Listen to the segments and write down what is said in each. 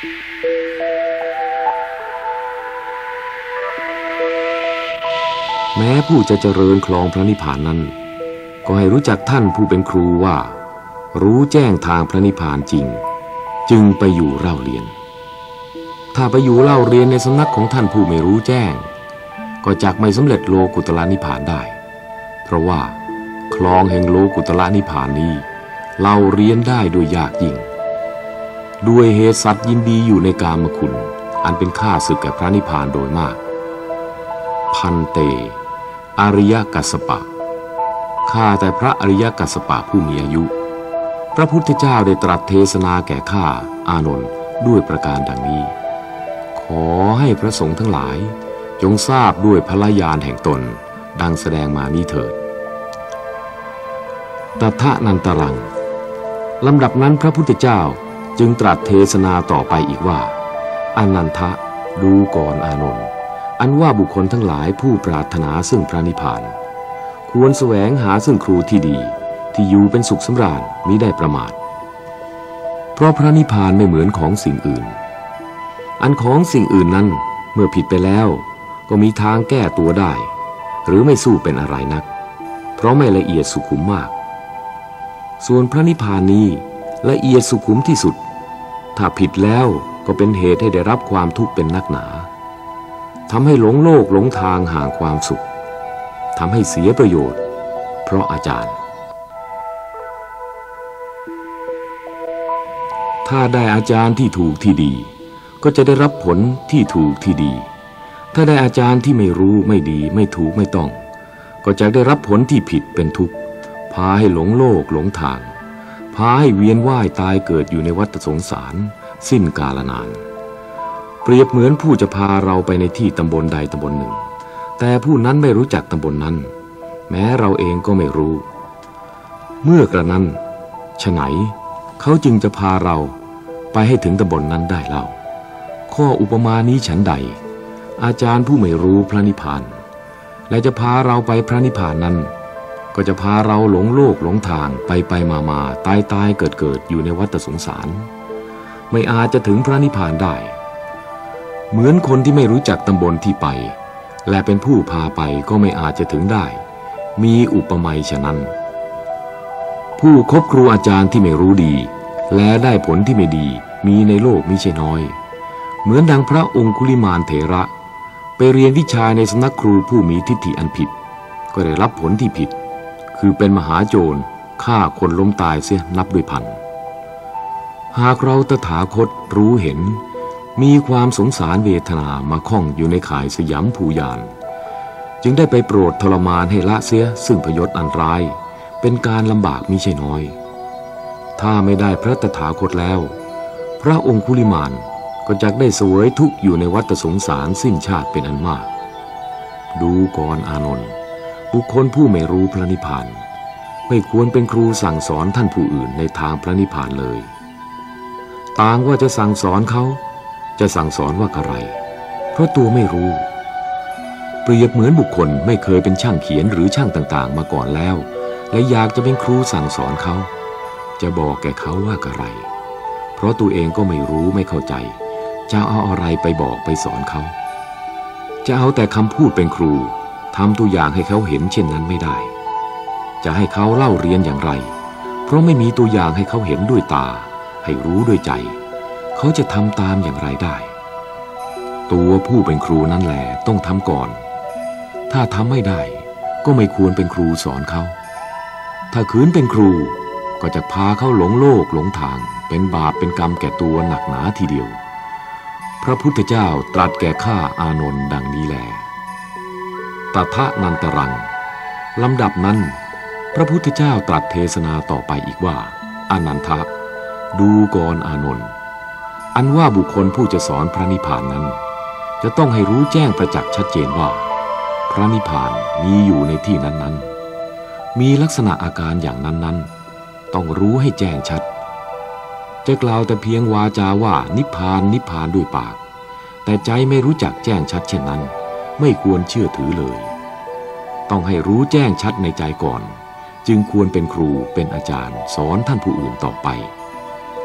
แม้ผู้จะเจริญคลองพระนิพพานนั้นก็ให้รู้จักท่านผู้เป็นครูว่ารู้แจ้งทางพระนิพพานจริงจึงไปอยู่เล่าเรียนถ้าไปอยู่เล่าเรียนในสำนักของท่านผู้ไม่รู้แจ้งก็จักไม่สำเร็จโลกุตละนิพพานได้เพราะว่าคลองแห่งโลกุตละนิพพานนี้เล่าเรียนได้โดยยากยิ่งด้วยเหตุสัตว์ยินดีอยู่ในกามคุณอันเป็นข้าศึกแก่พระนิพพานโดยมากพันเตอริยกัสสปะข้าแต่พระอริยกัสสปะผู้มีอายุพระพุทธเจ้าได้ตรัสเทศนาแก่ข้าอานนท์ด้วยประการดังนี้ขอให้พระสงฆ์ทั้งหลายจงทราบด้วยพละญาณแห่งตนดังแสดงมานี้เถิดตถานันตรังลำดับนั้นพระพุทธเจ้าจึงตรัสเทศนาต่อไปอีกว่าอนันทะดูก่อนอานนท์อันว่าบุคคลทั้งหลายผู้ปรารถนาซึ่งพระนิพพานควรแสวงหาซึ่งครูที่ดีที่อยู่เป็นสุขสำราญมิได้ประมาทเพราะพระนิพพานไม่เหมือนของสิ่งอื่นอันของสิ่งอื่นนั้นเมื่อผิดไปแล้วก็มีทางแก้ตัวได้หรือไม่สู้เป็นอะไรนักเพราะไม่ละเอียดสุขุมมากส่วนพระนิพพานนี้ละเอียดสุขุมที่สุดถ้าผิดแล้วก็เป็นเหตุให้ได้รับความทุกข์เป็นนักหนาทำให้หลงโลกหลงทางห่างความสุขทำให้เสียประโยชน์เพราะอาจารย์ถ้าได้อาจารย์ที่ถูกที่ดีก็จะได้รับผลที่ถูกที่ดีถ้าได้อาจารย์ที่ไม่รู้ไม่ดีไม่ถูกไม่ต้องก็จะได้รับผลที่ผิดเป็นทุกข์พาให้หลงโลกหลงทางพาให้เวียนว่ายตายเกิดอยู่ในวัฏสงสารสิ้นกาลนานเปรียบเหมือนผู้จะพาเราไปในที่ตำบลใดตำบลหนึ่งแต่ผู้นั้นไม่รู้จักตำบลนั้นแม้เราเองก็ไม่รู้เมื่อกระนั้นฉะไหนเขาจึงจะพาเราไปให้ถึงตำบลนั้นได้เล่าข้ออุปมานี้ฉันใดอาจารย์ผู้ไม่รู้พระนิพพานและจะพาเราไปพระนิพพานนั้นก็จะพาเราหลงโลกหลงทางไปมาตายเกิดอยู่ในวัฏสงสารไม่อาจจะถึงพระนิพพานได้เหมือนคนที่ไม่รู้จักตำบลที่ไปและเป็นผู้พาไปก็ไม่อาจจะถึงได้มีอุปมาฉะนั้นผู้คบครูอาจารย์ที่ไม่รู้ดีและได้ผลที่ไม่ดีมีในโลกมิใช่น้อยเหมือนดังพระองคุลิมานเถระไปเรียนวิชาในสำนักครูผู้มีทิฏฐิอันผิดก็ได้รับผลที่ผิดคือเป็นมหาโจรฆ่าคนล้มตายเสียนับด้วยพันหากเราตถาคตรู้เห็นมีความสงสารเวทนามาข้องอยู่ในข่ายสยามภูยานจึงได้ไปโปรดทรมานให้ละเสียซึ่งพยศอันร้ายเป็นการลำบากมิใช่น้อยถ้าไม่ได้พระตถาคตแล้วพระองคุลิมานก็จักได้เสวยทุกข์อยู่ในวัฏสงสารสิ้นชาติเป็นอันมากดูก่อนอานนท์บุคคลผู้ไม่รู้พระนิพพานไม่ควรเป็นครูสั่งสอนท่านผู้อื่นในทางพระนิพพานเลยต่างว่าจะสั่งสอนเขาจะสั่งสอนว่าอะไรเพราะตัวไม่รู้เปรียบเหมือนบุคคลไม่เคยเป็นช่างเขียนหรือช่างต่างๆมาก่อนแล้วและอยากจะเป็นครูสั่งสอนเขาจะบอกแก่เขาว่าอะไรเพราะตัวเองก็ไม่รู้ไม่เข้าใจจะเอาอะไรไปบอกไปสอนเขาจะเอาแต่คำพูดเป็นครูทำตัวอย่างให้เขาเห็นเช่นนั้นไม่ได้จะให้เขาเล่าเรียนอย่างไรเพราะไม่มีตัวอย่างให้เขาเห็นด้วยตาให้รู้ด้วยใจเขาจะทำตามอย่างไรได้ตัวผู้เป็นครูนั่นแหละต้องทำก่อนถ้าทำไม่ได้ก็ไม่ควรเป็นครูสอนเขาถ้าขืนเป็นครูก็จะพาเขาหลงโลกหลงทางเป็นบาปเป็นกรรมแก่ตัวหนักหนาทีเดียวพระพุทธเจ้าตรัสแก่ข้าอานนท์ดังนี้แลตถานันตรังลำดับนั้นพระพุทธเจ้าตรัสเทศนาต่อไปอีกว่าอนันทะดูก่อนอานนท์อันว่าบุคคลผู้จะสอนพระนิพพานนั้นจะต้องให้รู้แจ้งประจักษ์ชัดเจนว่าพระนิพพานมีอยู่ในที่นั้นๆมีลักษณะอาการอย่างนั้นๆต้องรู้ให้แจ้งชัดจะกล่าวแต่เพียงวาจาว่านิพพานนิพพานด้วยปากแต่ใจไม่รู้จักแจ้งชัดเช่นนั้นไม่ควรเชื่อถือเลยต้องให้รู้แจ้งชัดในใจก่อนจึงควรเป็นครูเป็นอาจารย์สอนท่านผู้อื่นต่อไป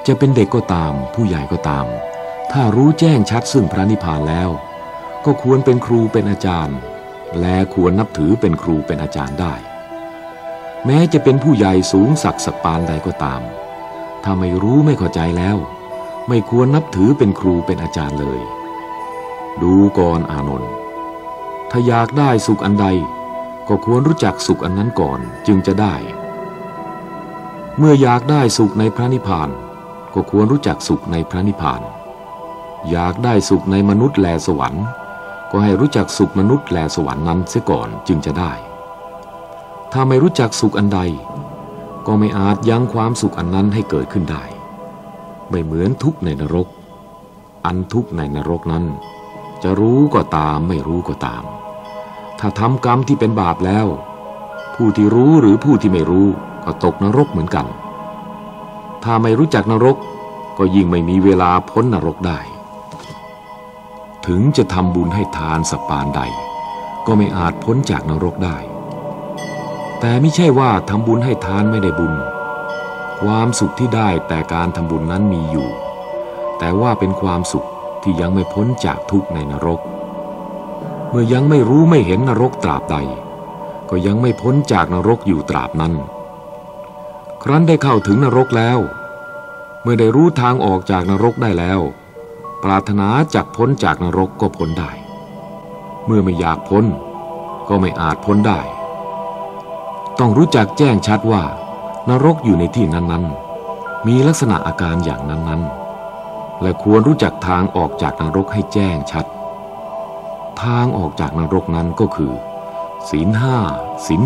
จะเป็นเด็กก็ตามผู้ใหญ่ก็ตามถ้ารู้แจ้งชัดซึ่งพระนิพพานแล้วก็ควรเป็นครูเป็นอาจารย์และควรนับถือเป็นครูเป็นอาจารย์ได้แม้จะเป็นผู้ใหญ่สูงศักดิ์สักปานใดก็ตามถ้าไม่รู้ไม่เข้าใจแล้วไม่ควรนับถือเป็นครูเป็นอาจารย์เลยดูก่อนอานนท์ถ้าอยากได้สุขอันใดก็ควรรู้จักสุขอันนั้นก่อนจึงจะได้เมื่ออยากได้สุขในพระนิพพานก็ควรรู้จักสุขในพระนิพพานอยากได้สุขในมนุษย์แลสวรรค์ก็ให้รู้จักสุขมนุษย์แลสวรรค์นั้นเสียก่อนจึงจะได้ถ้าไม่รู้จักสุขอันใดก็ไม่อาจยั้งความสุขอันนั้นให้เกิดขึ้นได้ไม่เหมือนทุกข์ในนรกอันทุกข์ในนรกนั้นจะรู้ก็ตามไม่รู้ก็ตามถ้าทำกรรมที่เป็นบาปแล้วผู้ที่รู้หรือผู้ที่ไม่รู้ก็ตกนรกเหมือนกันถ้าไม่รู้จักนรกก็ยิ่งไม่มีเวลาพ้นนรกได้ถึงจะทำบุญให้ทานสักปานใดก็ไม่อาจพ้นจากนรกได้แต่ไม่ใช่ว่าทำบุญให้ทานไม่ได้บุญความสุขที่ได้แต่การทำบุญนั้นมีอยู่แต่ว่าเป็นความสุขที่ยังไม่พ้นจากทุกข์ในนรกเมื่อยังไม่รู้ไม่เห็นนรกตราบใดก็ยังไม่พ้นจากนรกอยู่ตราบนั้นครั้นได้เข้าถึงนรกแล้วเมื่อได้รู้ทางออกจากนรกได้แล้วปรารถนาจักพ้นจากนรกก็พ้นได้เมื่อไม่อยากพ้นก็ไม่อาจพ้นได้ต้องรู้จักแจ้งชัดว่านรกอยู่ในที่นั้นๆมีลักษณะอาการอย่างนั้นๆและควรรู้จักทางออกจากนรกให้แจ้งชัดทางออกจากนรกนั้นก็คือศีล5ศีล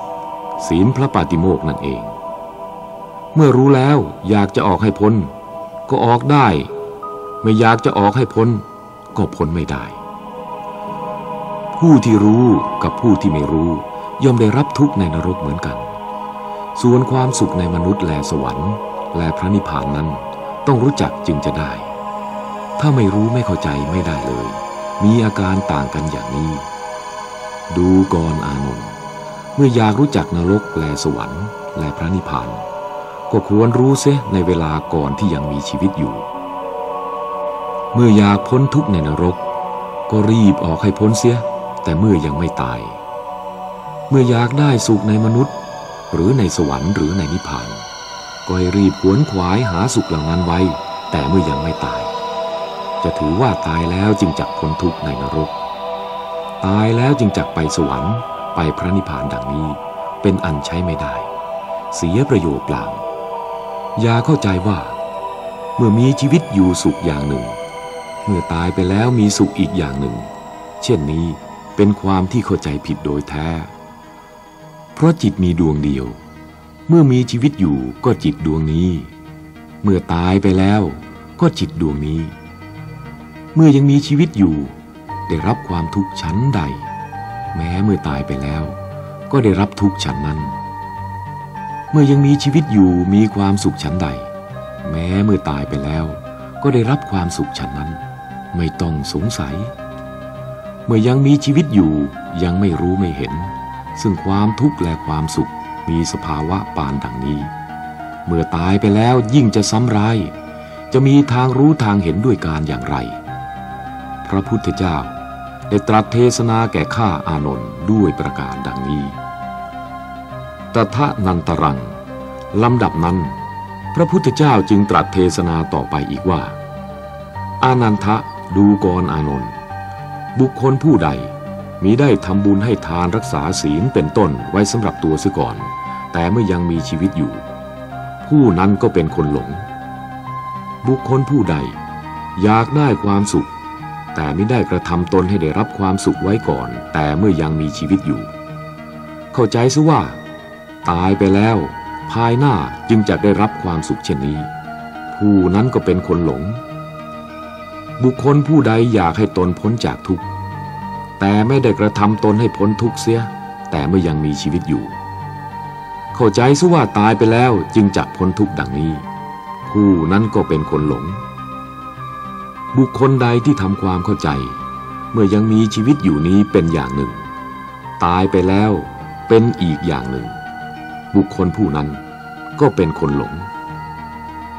10ศีลพระปาติโมกข์นั่นเองเมื่อรู้แล้วอยากจะออกให้พ้นก็ออกได้ไม่อยากจะออกให้พ้นก็พ้นไม่ได้ผู้ที่รู้กับผู้ที่ไม่รู้ย่อมได้รับทุกข์ในนรกเหมือนกันส่วนความสุขในมนุษย์และสวรรค์และพระนิพพานนั้นต้องรู้จักจึงจะได้ถ้าไม่รู้ไม่เข้าใจไม่ได้เลยมีอาการต่างกันอย่างนี้ดูก่อนอานนท์เมื่ออยากรู้จักนรกและสวรรค์และพระนิพพานก็ควรรู้เสียในเวลาก่อนที่ยังมีชีวิตอยู่เมื่ออยากพ้นทุกข์ในนรกก็รีบออกให้พ้นเสียแต่เมื่อยังไม่ตายเมื่ออยากได้สุขในมนุษย์หรือในสวรรค์หรือในนิพพานก็ให้รีบขวนขวายหาสุขเหล่านั้นไว้แต่เมื่อยังไม่ตายจะถือว่าตายแล้วจึงจักพ้นทุกข์ในนรกตายแล้วจึงจักไปสวรรค์ไปพระนิพพานดังนี้เป็นอันใช้ไม่ได้เสียประโยชน์เปล่าอย่าเข้าใจว่าเมื่อมีชีวิตอยู่สุขอย่างหนึ่งเมื่อตายไปแล้วมีสุขอีกอย่างหนึ่งเช่นนี้เป็นความที่เข้าใจผิดโดยแท้เพราะจิตมีดวงเดียวเมื่อมีชีวิตอยู่ก็จิตดวงนี้เมื่อตายไปแล้วก็จิตดวงนี้เมื่อยังมีชีวิตอยู่ได้รับความทุกข์ชั้นใดแม้เมื่อตายไปแล้วก็ได้รับทุกข์ชั้นนั้นเมื่อยังมีชีวิตอยู่มีความสุขชั้นใดแม้เมื่อตายไปแล้วก็ได้รับความสุขชั้นนั้นไม่ต้องสงสัยเมื่อยังมีชีวิตอยู่ยังไม่รู้ไม่เห็นซึ่งความทุกข์และความสุขมีสภาวะปานดังนี้เมื่อตายไปแล้วยิ่งจะซ้ำร้ายจะมีทางรู้ทางเห็นด้วยการอย่างไรพระพุทธเจ้าได้ตรัสเทศนาแก่ข้าอานนท์ด้วยประการดังนี้ตถานันตรังลำดับนั้นพระพุทธเจ้าจึงตรัสเทศนาต่อไปอีกว่าอานันทะดูก่อนอานนท์บุคคลผู้ใดมิได้ทำบุญให้ทานรักษาศีลเป็นต้นไว้สำหรับตัวเสียก่อนแต่เมื่อยังมีชีวิตอยู่ผู้นั้นก็เป็นคนหลงบุคคลผู้ใดอยากได้ความสุขแต่ไม่ได้กระทำตนให้ได้รับความสุขไว้ก่อนแต่เมื่อยังมีชีวิตอยู่เข้าใจซะว่าตายไปแล้วภายหน้าจึงจะได้รับความสุขเช่นนี้ผู้นั้นก็เป็นคนหลงบุคคลผู้ใดอยากให้ตนพ้นจากทุกข์แต่ไม่ได้กระทำตนให้พ้นทุกข์เสียแต่เมื่อยังมีชีวิตอยู่เข้าใจซะว่าตายไปแล้วจึงจะพ้นทุกข์ดังนี้ผู้นั้นก็เป็นคนหลงบุคคลใดที่ทำความเข้าใจเมื่อยังมีชีวิตอยู่นี้เป็นอย่างหนึ่งตายไปแล้วเป็นอีกอย่างหนึ่งบุคคลผู้นั้นก็เป็นคนหลง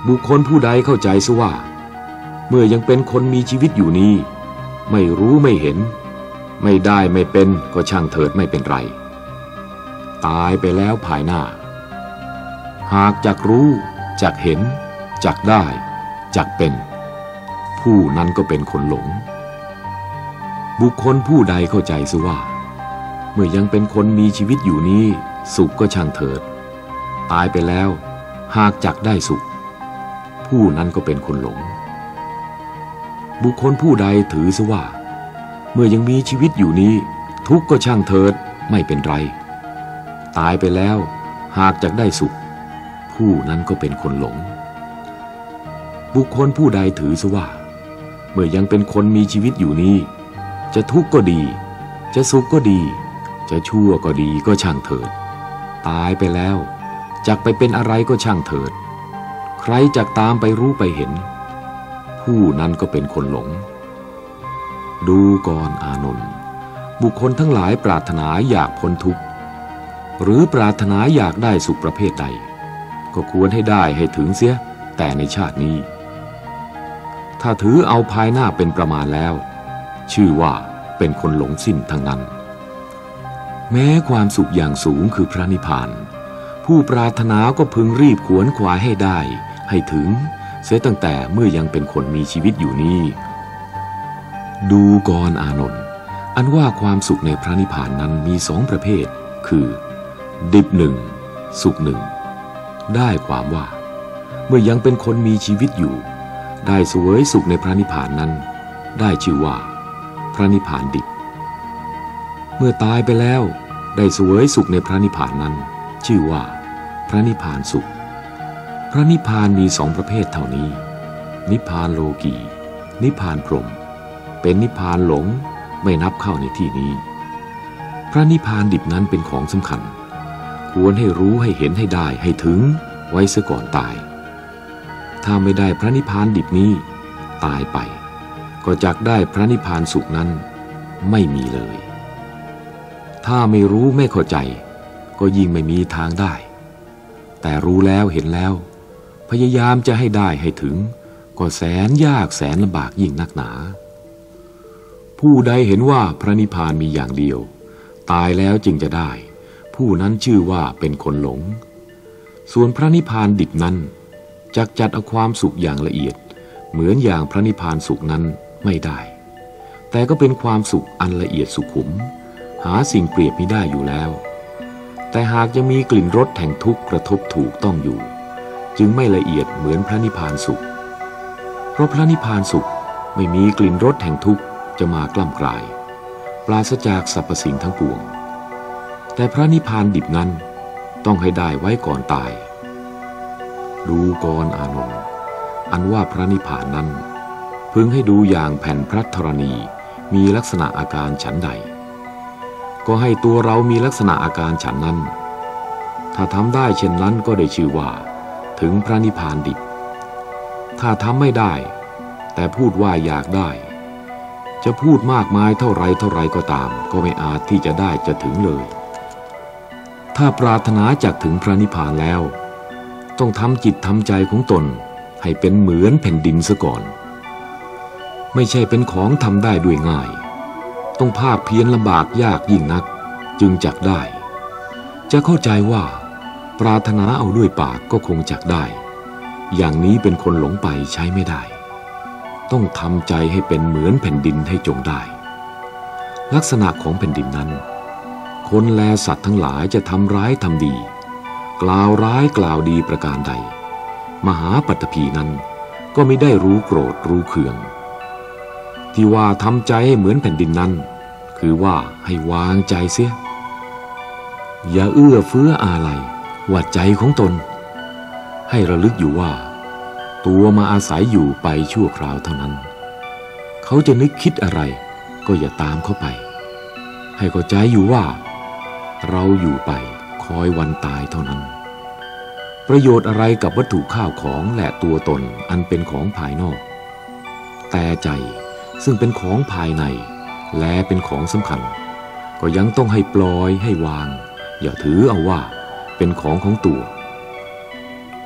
บุคคลผู้ใดเข้าใจซะว่าเมื่อยังเป็นคนมีชีวิตอยู่นี้ไม่รู้ไม่เห็นไม่ได้ไม่เป็นก็ช่างเถิดไม่เป็นไรตายไปแล้วภายหน้าหากจักรู้จักเห็นจักได้จักเป็นผู้นั้นก็เป็นคนหลงบุคคลผู้ใดเข้าใจซะว่าเมื่อยังเป็นคนมีชีวิตอยู่นี้สุขก็ช่างเถิดตายไปแล้วหากจักได้สุขผู้นั้นก็เป็นคนหลงบุคคลผู้ใดถือซะว่าเมื่อยังมีชีวิตอยู่นี้ทุกข์ก็ช่างเถิดไม่เป็นไรตายไปแล้วหากจักได้สุขผู้นั้นก็เป็นคนหลงบุคคลผู้ใดถือซะว่าเมื่อยังเป็นคนมีชีวิตอยู่นี้จะทุกข์ก็ดีจะสุขก็ดีจะชั่วก็ดีก็ช่างเถิดตายไปแล้วจักไปเป็นอะไรก็ช่างเถิดใครจักตามไปรู้ไปเห็นผู้นั้นก็เป็นคนหลงดูก่อนอานนท์บุคคลทั้งหลายปรารถนาอยากพ้นทุกข์หรือปรารถนาอยากได้สุขประเภทใดก็ควรให้ได้ให้ถึงเสียแต่ในชาตินี้ถ้าถือเอาภายหน้าเป็นประมาณแล้วชื่อว่าเป็นคนหลงสิ้นทั้งนั้นแม้ความสุขอย่างสูงคือพระนิพพานผู้ปรารถนาก็พึงรีบขวนขวายให้ได้ให้ถึงเสียตั้งแต่เมื่อยังเป็นคนมีชีวิตอยู่นี้ดูก่อนอานนท์อันว่าความสุขในพระนิพพานนั้นมีสองประเภทคือดิบหนึ่งสุขหนึ่งได้ความว่าเมื่อยังเป็นคนมีชีวิตอยู่ได้เสวยสุขในพระนิพพานนั้นได้ชื่อว่าพระนิพพานดิบเมื่อตายไปแล้วได้เสวยสุขในพระนิพพานนั้นชื่อว่าพระนิพพานสุขพระนิพพานมีสองประเภทเท่านี้นิพพานโลกีนิพพานพรหมเป็นนิพพานหลงไม่นับเข้าในที่นี้พระนิพพานดิบนั้นเป็นของสำคัญควรให้รู้ให้เห็นให้ได้ให้ถึงไว้เสียก่อนตายถ้าไม่ได้พระนิพพานดิบนี้ตายไปก็จักได้พระนิพพานสุขนั้นไม่มีเลยถ้าไม่รู้ไม่เข้าใจก็ยิ่งไม่มีทางได้แต่รู้แล้วเห็นแล้วพยายามจะให้ได้ให้ถึงก็แสนยากแสนลำบากยิ่งนักหนาผู้ใดเห็นว่าพระนิพพานมีอย่างเดียวตายแล้วจึงจะได้ผู้นั้นชื่อว่าเป็นคนหลงส่วนพระนิพพานดิบนั้นจักจัดเอาความสุขอย่างละเอียดเหมือนอย่างพระนิพพานสุขนั้นไม่ได้แต่ก็เป็นความสุขอันละเอียดสุขุมหาสิ่งเปรียบมิได้อยู่แล้วแต่หากยังมีกลิ่นรสแห่งทุกข์กระทบถูกต้องอยู่จึงไม่ละเอียดเหมือนพระนิพพานสุขเพราะพระนิพพานสุขไม่มีกลิ่นรสแห่งทุกข์จะมากล้ำกลายปราศจากสรรพสิ่งทั้งปวงแต่พระนิพพานดิบนั้นต้องให้ได้ไว้ก่อนตายดูก่อนอานนท์อันว่าพระนิพพานนั้นพึงให้ดูอย่างแผ่นพระธรณีมีลักษณะอาการฉันใดก็ให้ตัวเรามีลักษณะอาการฉันนั้นถ้าทำได้เช่นนั้นก็ได้ชื่อว่าถึงพระนิพพานดิบถ้าทำไม่ได้แต่พูดว่าอยากได้จะพูดมากมายเท่าไรก็ตามก็ไม่อาจที่จะได้จะถึงเลยถ้าปรารถนาจักถึงพระนิพพานแล้วต้องทำจิตทำใจของตนให้เป็นเหมือนแผ่นดินซะก่อนไม่ใช่เป็นของทำได้ด้วยง่ายต้องภาคเพียรลำบากยากยิ่งนักจึงจักได้จะเข้าใจว่าปรารถนาเอาด้วยปากก็คงจักได้อย่างนี้เป็นคนหลงไปใช้ไม่ได้ต้องทำใจให้เป็นเหมือนแผ่นดินให้จงได้ลักษณะของแผ่นดินนั้นคนแลสัตว์ทั้งหลายจะทำร้ายทำดีกล่าวร้ายกล่าวดีประการใดมหาปัตตภีนั้นก็ไม่ได้รู้โกรธรู้เคืองที่ว่าทำใจให้เหมือนแผ่นดินนั้นคือว่าให้วางใจเสียอย่าเอื้อเฟื้ออะไรว่าใจของตนให้ระลึกอยู่ว่าตัวมาอาศัยอยู่ไปชั่วคราวเท่านั้นเขาจะนึกคิดอะไรก็อย่าตามเขาไปให้เข้าใจอยู่ว่าเราอยู่ไปคอยวันตายเท่านั้นประโยชน์อะไรกับวัตถุข้าวของและตัวตนอันเป็นของภายนอกแต่ใจซึ่งเป็นของภายในและเป็นของสำคัญก็ยังต้องให้ปล่อยให้วางอย่าถือเอาว่าเป็นของของตัว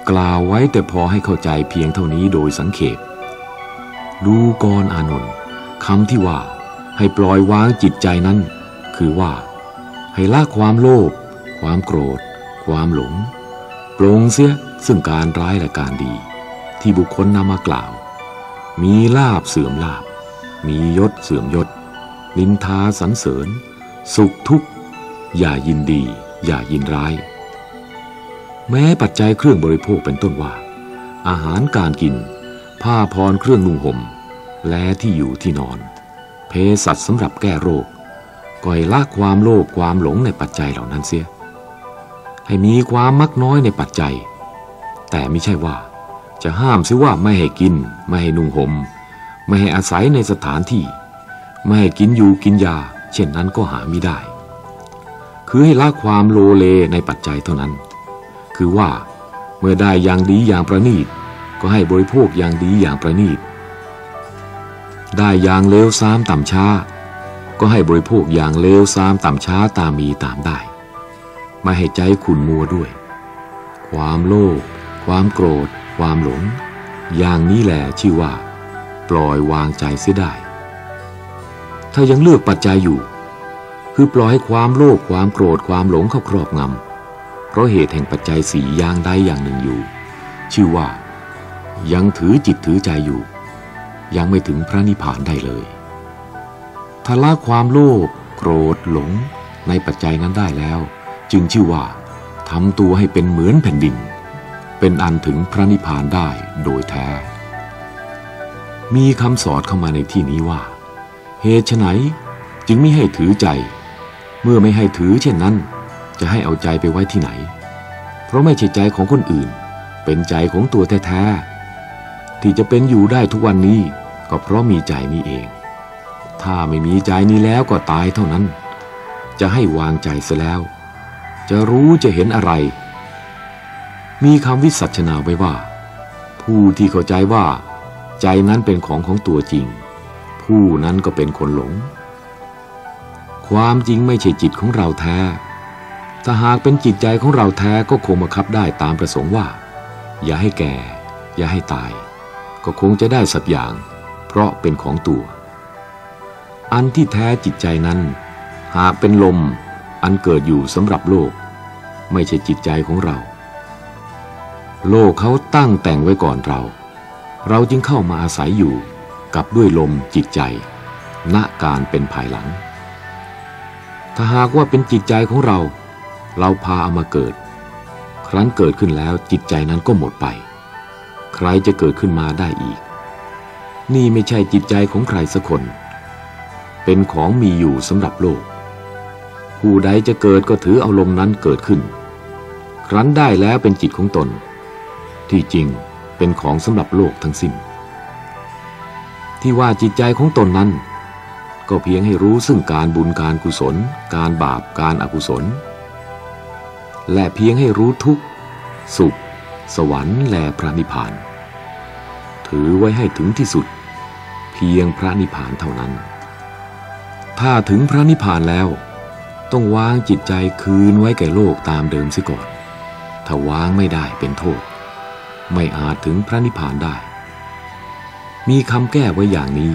กล่าวไว้แต่พอให้เข้าใจเพียงเท่านี้โดยสังเขปดูก่อนอานนท์คำที่ว่าให้ปล่อยวางจิตใจนั้นคือว่าให้ละความโลภความโกรธความหลงปลงเสียซึ่งการร้ายและการดีที่บุคคลนำมากล่าวมีลาภเสื่อมลาภมียศเสื่อมยศนินทาสรรเสริญสุขทุกข์อย่ายินดีอย่ายินร้ายแม้ปัจจัยเครื่องบริโภคเป็นต้นว่าอาหารการกินผ้าพรเครื่องนุ่งห่มและที่อยู่ที่นอนเภสัชสำหรับแก้โรคก็ให้ละความโลภความหลงในปัจจัยเหล่านั้นเสียให้มีความมักน้อยในปัจจัยแต่ไม่ใช่ว่าจะห้ามเสียว่าไม่ให้กินไม่ให้นุ่งห่มไม่ให้อาศัยในสถานที่ไม่ให้กินอยู่กินยาเช่นนั้นก็หาไม่ได้คือให้ละความโลเลในปัจจัยเท่านั้นคือว่าเมื่อได้อย่างดีอย่างประณีตก็ให้บริโภคอย่างดีอย่างประณีตได้อย่างเลวทรามต่ำช้าก็ให้บริโภคอย่างเลวทรามต่ำช้าตามมีตามได้ไม่ให้ใจขุ่นมัวด้วยความโลภความโกรธความหลงอย่างนี้แหละชื่อว่าปล่อยวางใจเสียได้ถ้ายังเลือกปัจจัยอยู่คือปล่อยให้ความโลภความโกรธความหลงเข้าครอบงำเพราะเหตุแห่งปัจจัยสี่อย่างใดอย่างหนึ่งอยู่ชื่อว่ายังถือจิตถือใจอยู่ยังไม่ถึงพระนิพพานได้เลยถ้าละความโลภโกรธหลงในปัจจัยนั้นได้แล้วจึงชื่อว่าทำตัวให้เป็นเหมือนแผ่นดินเป็นอันถึงพระนิพพานได้โดยแท้มีคำสอนเข้ามาในที่นี้ว่าเหตุไฉนจึงไม่ให้ถือใจเมื่อไม่ให้ถือเช่นนั้นจะให้เอาใจไปไว้ที่ไหนเพราะไม่ใช่ใจของคนอื่นเป็นใจของตัวแท้ๆที่จะเป็นอยู่ได้ทุกวันนี้ก็เพราะมีใจนี้เองถ้าไม่มีใจนี้แล้วก็ตายเท่านั้นจะให้วางใจเสียแล้วจะรู้จะเห็นอะไรมีคำวิสัชนาไว้ว่าผู้ที่เข้าใจว่าใจนั้นเป็นของตัวจริงผู้นั้นก็เป็นคนหลงความจริงไม่ใช่จิตของเราแท้ถ้าหากเป็นจิตใจของเราแท้ก็คงบังคับได้ตามประสงค์ว่าอย่าให้แก่อย่าให้ตายก็คงจะได้สักอย่างเพราะเป็นของตัวอันที่แท้จิตใจนั้นหากเป็นลมอันเกิดอยู่สำหรับโลกไม่ใช่จิตใจของเราโลกเขาตั้งแต่งไว้ก่อนเราจึงเข้ามาอาศัยอยู่กับด้วยลมจิตใจณการเป็นภายหลังถ้าหากว่าเป็นจิตใจของเราพาเอามาเกิดครั้นเกิดขึ้นแล้วจิตใจนั้นก็หมดไปใครจะเกิดขึ้นมาได้อีกนี่ไม่ใช่จิตใจของใครสักคนเป็นของมีอยู่สำหรับโลกผู้ใดจะเกิดก็ถือเอาลมนั้นเกิดขึ้นครั้นได้แล้วเป็นจิตของตนที่จริงเป็นของสำหรับโลกทั้งสิ้นที่ว่าจิตใจของตนนั้นก็เพียงให้รู้ซึ่งการบุญการกุศลการบาปการอกุศลและเพียงให้รู้ทุกข์สุขสวรรค์และพระนิพพานถือไว้ให้ถึงที่สุดเพียงพระนิพพานเท่านั้นถ้าถึงพระนิพพานแล้วต้องวางจิตใจคืนไว้แก่โลกตามเดิมเสียก่อนถ้าวางไม่ได้เป็นโทษไม่อาจถึงพระนิพพานได้มีคำแก้ไว้อย่างนี้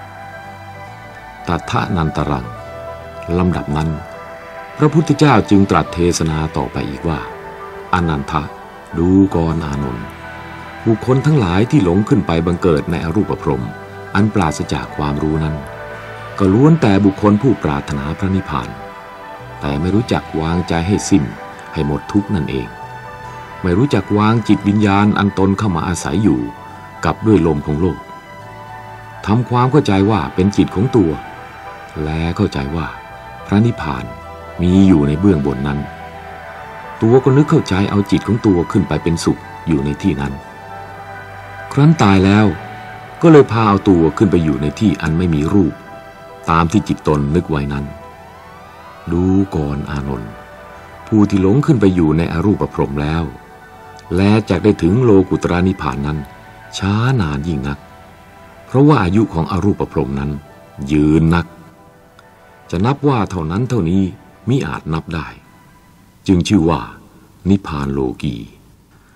ตัทธนันตรังลำดับนั้นพระพุทธเจ้าจึงตรัสเทศนาต่อไปอีกว่าอนันทะดูก่อนอานนท์บุคคลทั้งหลายที่หลงขึ้นไปบังเกิดในอรูปพรหมอันปราศจากความรู้นั้นก็ล้วนแต่บุคคลผู้ปรารถนาพระนิพพานแต่ไม่รู้จักวางใจให้สิ้นให้หมดทุกข์นั่นเองไม่รู้จักวางจิตวิญญาณอันตนเข้ามาอาศัยอยู่กับด้วยลมของโลกทำความเข้าใจว่าเป็นจิตของตัวและเข้าใจว่าพระนิพพานมีอยู่ในเบื้องบนนั้นตัวก็นึกเข้าใจเอาจิตของตัวขึ้นไปเป็นสุขอยู่ในที่นั้นครั้นตายแล้วก็เลยพาเอาตัวขึ้นไปอยู่ในที่อันไม่มีรูปตามที่จิตตนนึกไว้นั้นดูก่อนอานนท์ผู้ที่หลงขึ้นไปอยู่ในอรูปพรหมแล้วและจะได้ถึงโลกุตระนิพพานนั้นช้านานยิ่งนักเพราะว่าอายุของอรูปพรหมนั้นยืนนักจะนับว่าเท่านั้นเท่านี้มิอาจนับได้จึงชื่อว่านิพพานโลกี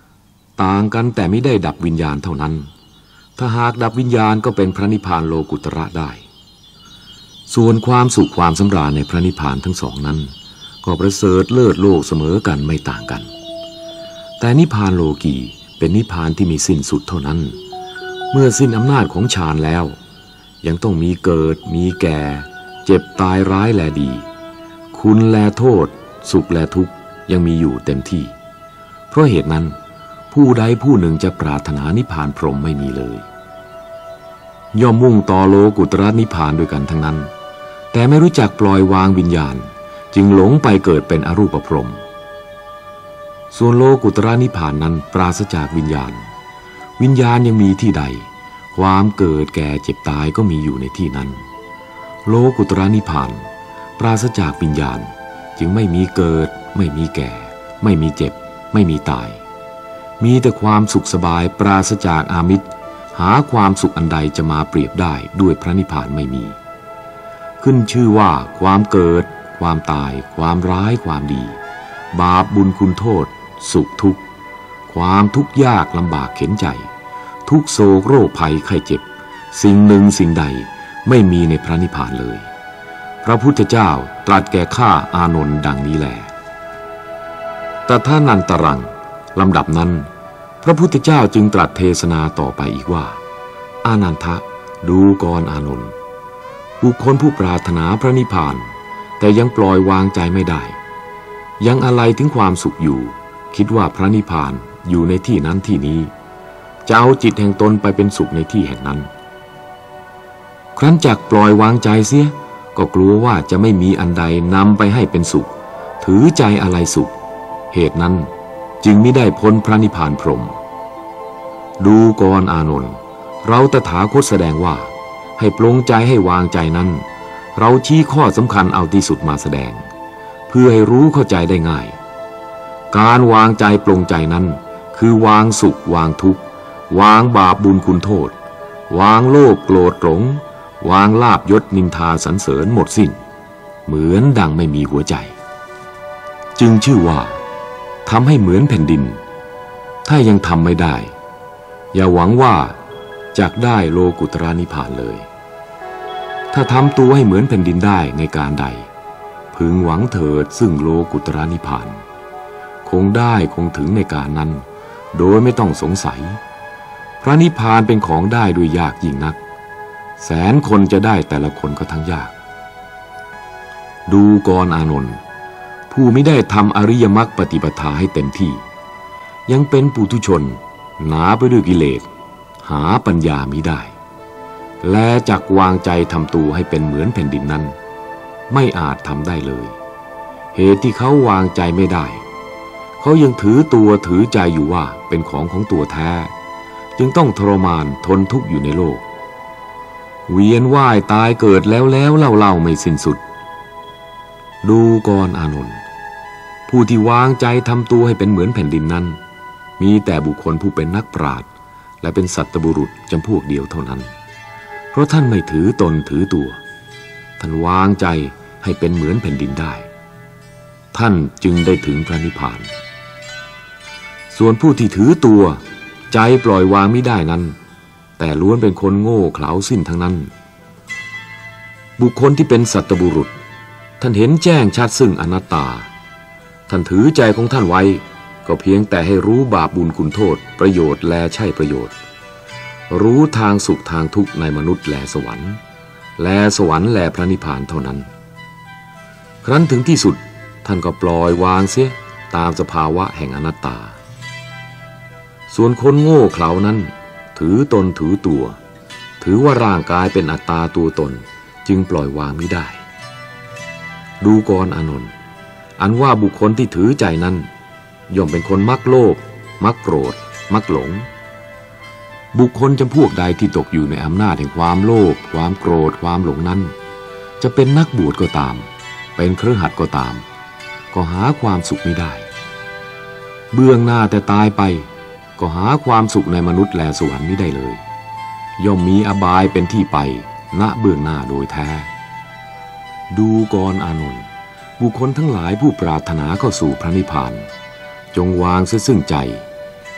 ต่างกันแต่ไม่ได้ดับวิญญาณเท่านั้นถ้าหากดับวิญญาณก็เป็นพระนิพพานโลกุตระได้ส่วนความสุขความสำราญในพระนิพพานทั้งสองนั้นก็ประเสริฐเลิศโลกเสมอกันไม่ต่างกันแต่นิพพานโลกีเป็นนิพพานที่มีสิ้นสุดเท่านั้นเมื่อสิ้นอำนาจของฌานแล้วยังต้องมีเกิดมีแก่เจ็บตายร้ายแลดีคุณแลโทษสุขแลทุกข์ยังมีอยู่เต็มที่เพราะเหตุนั้นผู้ใดผู้หนึ่งจะปรารถนานิพพานพรหมไม่มีเลยย่อมมุ่งต่อโลกุตระนิพพานด้วยกันทั้งนั้นแต่ไม่รู้จักปล่อยวางวิญญาณจึงหลงไปเกิดเป็นอรูปพรหมส่วนโลกุตระนิพพานนั้นปราศจากวิญญาณวิญญาณยังมีที่ใดความเกิดแก่เจ็บตายก็มีอยู่ในที่นั้นโลกุตระนิพพานปราศจากวิญญาณจึงไม่มีเกิดไม่มีแก่ไม่มีเจ็บไม่มีตายมีแต่ความสุขสบายปราศจากอามิตรหาความสุขอันใดจะมาเปรียบได้ด้วยพระนิพพานไม่มีขึ้นชื่อว่าความเกิดความตายความร้ายความดีบาปบุญคุณโทษสุขทุกข์ความทุกข์ยากลำบากเข็นใจทุกโศกโรคภัยไข้เจ็บสิ่งหนึ่งสิ่งใดไม่มีในพระนิพพานเลยพระพุทธเจ้าตรัสแก่ข้าอานนท์ดังนี้แลตถานันตรังลำดับนั้นพระพุทธเจ้าจึงตรัสเทศนาต่อไปอีกว่าอานันทะดูก่อนอานนท์บุคคลผู้ปรารถนาพระนิพพานแต่ยังปล่อยวางใจไม่ได้ยังอะไรถึงความสุขอยู่คิดว่าพระนิพพานอยู่ในที่นั้นที่นี้จะเอาจิตแห่งตนไปเป็นสุขในที่แห่งนั้นครั้นจักปล่อยวางใจเสียก็กลัวว่าจะไม่มีอันใดนำไปให้เป็นสุขถือใจอะไรสุขเหตุนั้นจึงมิได้พ้นพระนิพพานพรหมดูก่อนอานนท์เราตถาคตแสดงว่าให้ปลงใจให้วางใจนั้นเราชี้ข้อสำคัญเอาที่สุดมาแสดงเพื่อให้รู้เข้าใจได้ง่ายการวางใจปลงใจนั้นคือวางสุขวางทุกข์วางบาปบุญคุณโทษวางโลภโกรธหลงวางลาภยศนินทาสรรเสริญหมดสิ้นเหมือนดังไม่มีหัวใจจึงชื่อว่าทำให้เหมือนแผ่นดินถ้ายังทำไม่ได้อย่าหวังว่าจะได้โลกุตระนิพพานเลยถ้าทำตัวให้เหมือนแผ่นดินได้ในการใดพึงหวังเถิดซึ่งโลกุตระนิพพานคงได้คงถึงในการนั้นโดยไม่ต้องสงสัยพระนิพพานเป็นของได้ด้วยยากยิ่งนักแสนคนจะได้แต่ละคนก็ทั้งยากดูก่อนอานนท์ผู้ไม่ได้ทำอริยมรรคปฏิปทาให้เต็มที่ยังเป็นปุถุชนหนาไปด้วยกิเลสหาปัญญามิได้และจักวางใจทำตัวให้เป็นเหมือนแผ่นดินนั้นไม่อาจทำได้เลยเหตุที่เขาวางใจไม่ได้เขายังถือตัวถือใจอยู่ว่าเป็นของตัวแท้จึงต้องทรมานทนทุกข์อยู่ในโลกเวียนว่ายตายเกิดแล้วเล่าไม่สิ้นสุดดูก่อนอานนท์ผู้ที่วางใจทำตัวให้เป็นเหมือนแผ่นดินนั้นมีแต่บุคคลผู้เป็นนักปราชญ์และเป็นสัตบุรุษจำพวกเดียวเท่านั้นเพราะท่านไม่ถือตนถือตัวท่านวางใจให้เป็นเหมือนแผ่นดินได้ท่านจึงได้ถึงพระนิพพานส่วนผู้ที่ถือตัวใจปล่อยวางไม่ได้นั้นแต่ล้วนเป็นคนโง่เขลาสิ้นทั้งนั้นบุคคลที่เป็นสัตบุรุษท่านเห็นแจ้งชัดซึ่งอนัตตาท่านถือใจของท่านไว้ก็เพียงแต่ให้รู้บาปบุญคุณโทษประโยชน์และใช่ประโยชน์รู้ทางสุขทางทุกข์ในมนุษย์และสวรรค์และพระนิพพานเท่านั้นครั้นถึงที่สุดท่านก็ปล่อยวางเสียตามสภาวะแห่งอนัตตาส่วนคนโง่เขลานั้นถือตนถือตัวถือว่าร่างกายเป็นอัตตาตัวตนจึงปล่อยวางไม่ได้ดูก่อนอานนท์อันว่าบุคคลที่ถือใจนั้นย่อมเป็นคนมักโลภมักโกรธมักหลงบุคคลจำพวกใดที่ตกอยู่ในอำนาจแห่งความโลภความโกรธความหลงนั้นจะเป็นนักบวชก็ตามเป็นคฤหัสถ์ก็ตามก็หาความสุขไม่ได้เบื้องหน้าแต่ตายไปก็หาความสุขในมนุษย์และสวรรค์ไม่ได้เลยย่อมมีอบายเป็นที่ไปณเบื้องหน้าโดยแท้ดูก่อนอานนท์บุคคลทั้งหลายผู้ปรารถนาเข้าสู่พระนิพพานจงวางเสียซึ่งใจ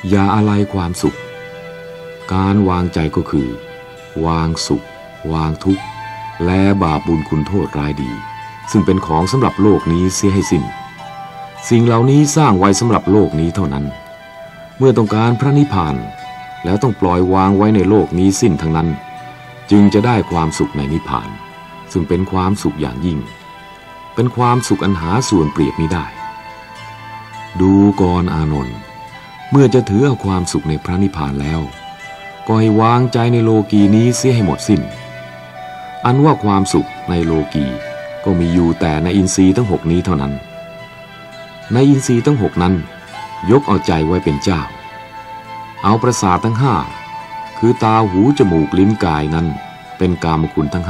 อย่าอะไรความสุขการวางใจก็คือวางสุขวางทุกข์และบาปบุญคุณโทษร้ายดีซึ่งเป็นของสำหรับโลกนี้เสียให้สิ้นสิ่งเหล่านี้สร้างไว้สำหรับโลกนี้เท่านั้นเมื่อต้องการพระนิพพานแล้วต้องปล่อยวางไว้ในโลกนี้สิ้นทั้งนั้นจึงจะได้ความสุขในนิพพานซึ่งเป็นความสุขอย่างยิ่งเป็นความสุขอันหาส่วนเปรียบมิได้ดูก่อนอานนท์เมื่อจะถือเอาความสุขในพระนิพพานแล้วก็ให้วางใจในโลกีนี้เสียให้หมดสิ้นอันว่าความสุขในโลกีก็มีอยู่แต่ในอินทรีย์ทั้ง6นี้เท่านั้นในอินทรีย์ทั้ง6นั้นยกเอาใจไว้เป็นเจ้าเอาประสาททั้ง5คือตาหูจมูกลิ้นกายนั้นเป็นกามคุณทั้ง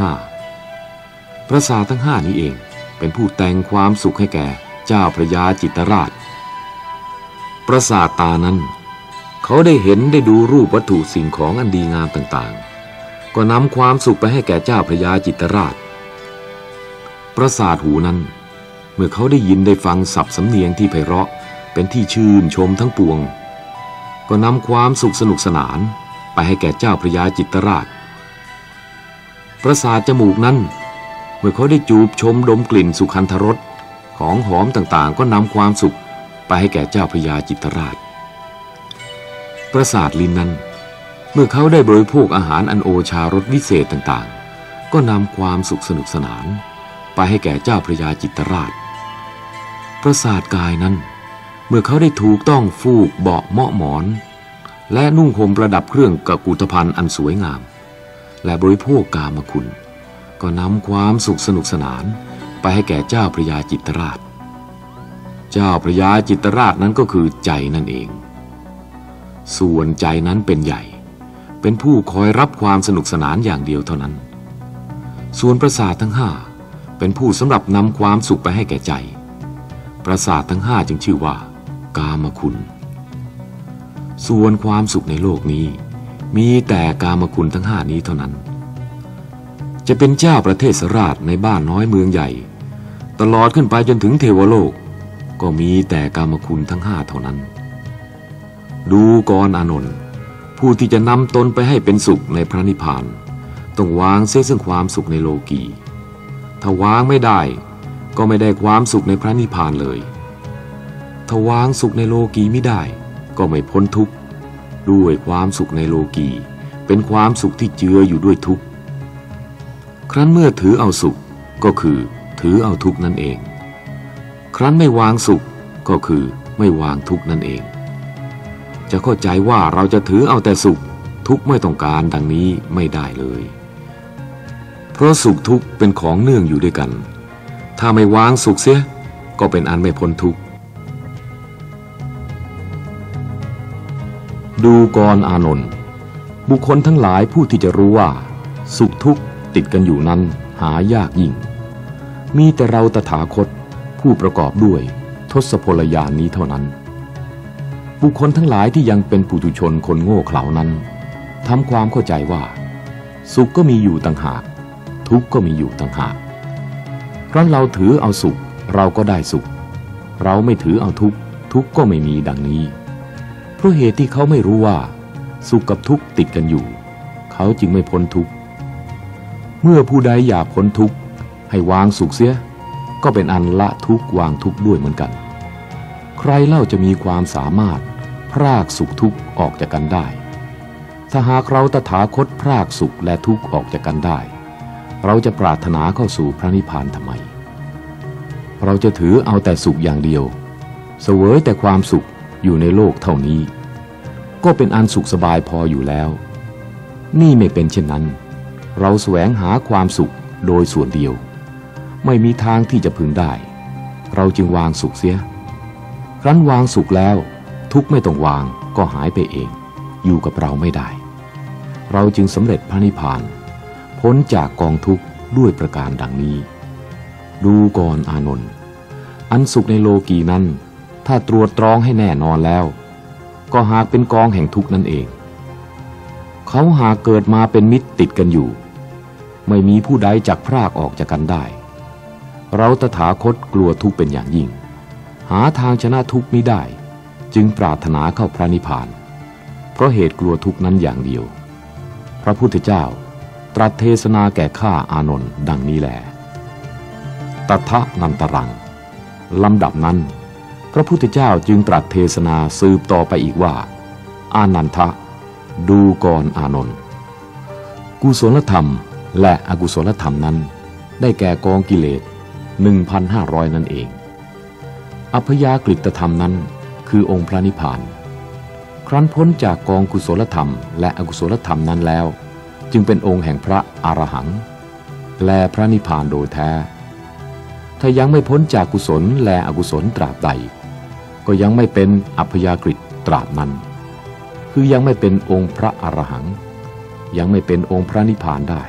5ประสาททั้ง5นี้เองเป็นผู้แต่งความสุขให้แก่เจ้าพระยาจิตรราชประสาทตานั้นเขาได้เห็นได้ดูรูปวัตถุสิ่งของอันดีงามต่างๆก็นำความสุขไปให้แก่เจ้าพระยาจิตรราชประสาทหูนั้นเมื่อเขาได้ยินได้ฟังศัพท์สำเนียงที่ไพเราะเป็นที่ชื่นชมทั้งปวงก็นำความสุขสนุกสนานไปให้แก่เจ้าพระยาจิตรราชประสาทจมูกนั้นเมื่อเขาได้จูบชมดมกลิ่นสุขันธรสของหอมต่างๆก็นำความสุขไปให้แก่เจ้าพระยาจิตรราชประสาทลิ้นนั้นเมื่อเขาได้บริโภคอาหารอันโอชารสวิเศษต่างๆก็นำความสุขสนุกสนานไปให้แก่เจ้าพระยาจิตรราชประสาทกายนั้นเมื่อเขาได้ถูกต้องฟูกเบาะเหมาะหมอนและนุ่งห่มประดับเครื่องกกุฏภัณฑ์อันสวยงามและบริโภคกามคุณก็นำความสุขสนุกสนานไปให้แก่เจ้าพระยาจิตรราชเจ้าพระยาจิตรราชนั้นก็คือใจนั่นเองส่วนใจนั้นเป็นใหญ่เป็นผู้คอยรับความสนุกสนานอย่างเดียวเท่านั้นส่วนประสาททั้ง5เป็นผู้สำหรับนำความสุขไปให้แก่ใจประสาททั้ง5จึงชื่อว่ากามคุณส่วนความสุขในโลกนี้มีแต่กามคุณทั้ง5นี้เท่านั้นจะเป็นเจ้าประเทศราชในบ้านน้อยเมืองใหญ่ตลอดขึ้นไปจนถึงเทวโลกก็มีแต่กามคุณทั้ง5เท่านั้นดูก่อนอานนท์ผู้ที่จะนำตนไปให้เป็นสุขในพระนิพพานต้องวางเสียซึ่งความสุขในโลกีถ้าวางไม่ได้ก็ไม่ได้ความสุขในพระนิพพานเลยถ้าวางสุขในโลกีไม่ได้ก็ไม่พ้นทุกข์ด้วยความสุขในโลกีเป็นความสุขที่เจืออยู่ด้วยทุกข์ครั้นเมื่อถือเอาสุขก็คือถือเอาทุกข์นั่นเองครั้นไม่วางสุขก็คือไม่วางทุกข์นั่นเองจะเข้าใจว่าเราจะถือเอาแต่สุขทุกข์ไม่ต้องการดังนี้ไม่ได้เลยเพราะสุขทุกข์เป็นของเนื่องอยู่ด้วยกันถ้าไม่วางสุขเสียก็เป็นอันไม่พ้นทุกข์ดูก่อนอานนท์บุคคลทั้งหลายผู้ที่จะรู้ว่าสุขทุกข์ติดกันอยู่นั้นหายากยิ่งมีแต่เราตถาคตผู้ประกอบด้วยทศพลญาณนี้เท่านั้นบุคคลทั้งหลายที่ยังเป็นปุถุชนคนโง่เขลานั้นทำความเข้าใจว่าสุขก็มีอยู่ต่างหากทุกข์ก็มีอยู่ต่างหากเพราะเราถือเอาสุขเราก็ได้สุขเราไม่ถือเอาทุกข์ทุกข์ก็ไม่มีดังนี้เพราะเหตุที่เขาไม่รู้ว่าสุขกับทุกข์ติดกันอยู่เขาจึงไม่พ้นทุกข์เมื่อผู้ใดอยากพ้นทุกข์ให้วางสุขเสียก็เป็นอันละทุกข์วางทุกข์ด้วยเหมือนกันใครเล่าจะมีความสามารถพรากสุขทุกข์ออกจากกันได้ถ้าหากเราตถาคตพรากสุขและทุกข์ออกจากกันได้เราจะปรารถนาเข้าสู่พระนิพพานทำไมเราจะถือเอาแต่สุขอย่างเดียวเสวยแต่ความสุขอยู่ในโลกเท่านี้ก็เป็นอันสุขสบายพออยู่แล้วนี่ไม่เป็นเช่นนั้นเราแสวงหาความสุขโดยส่วนเดียวไม่มีทางที่จะพึงได้เราจึงวางสุขเสียครั้นวางสุขแล้วทุกข์ไม่ต้องวางก็หายไปเองอยู่กับเราไม่ได้เราจึงสำเร็จพระนิพพานพ้นจากกองทุกข์ด้วยประการดังนี้ดูก่อนอานนท์อันสุขในโลกีนั้นถ้าตรวจตรองให้แน่นอนแล้วก็หากเป็นกองแห่งทุกข์นั่นเองเขาหากเกิดมาเป็นมิตรติดกันอยู่ไม่มีผู้ใดจักพรากออกจากกันได้เราตถาคตกลัวทุกข์เป็นอย่างยิ่งหาทางชนะทุกข์มิได้จึงปรารถนาเข้าพระนิพพานเพราะเหตุกลัวทุกข์นั้นอย่างเดียวพระพุทธเจ้าตรัสเทศนาแก่ข้าอานนท์ดังนี้แลตัทะนันตรังลำดับนั้นพระพุทธเจ้าจึงตรัสเทศนาสืบต่อไปอีกว่าอานันทะดูก่อนอานนท์กุศลธรรมและอกุศลธรรมนั้นได้แก่กองกิเลส 1,500 นั่นเองอัพยากฤตธรรมนั้นคือองค์พระนิพพานครั้นพ้นจากกองกุศลธรรมและอกุศลธรรมนั้นแล้วจึงเป็นองค์แห่งพระอรหันต์และพระนิพพานโดยแท้ถ้ายังไม่พ้นจากกุศลและอกุศลตราบใดก็ยังไม่เป็นอัพยากฤตตราบนั้นคือยังไม่เป็นองค์พระอรหันต์ยังไม่เป็นองค์พระนิพพานได้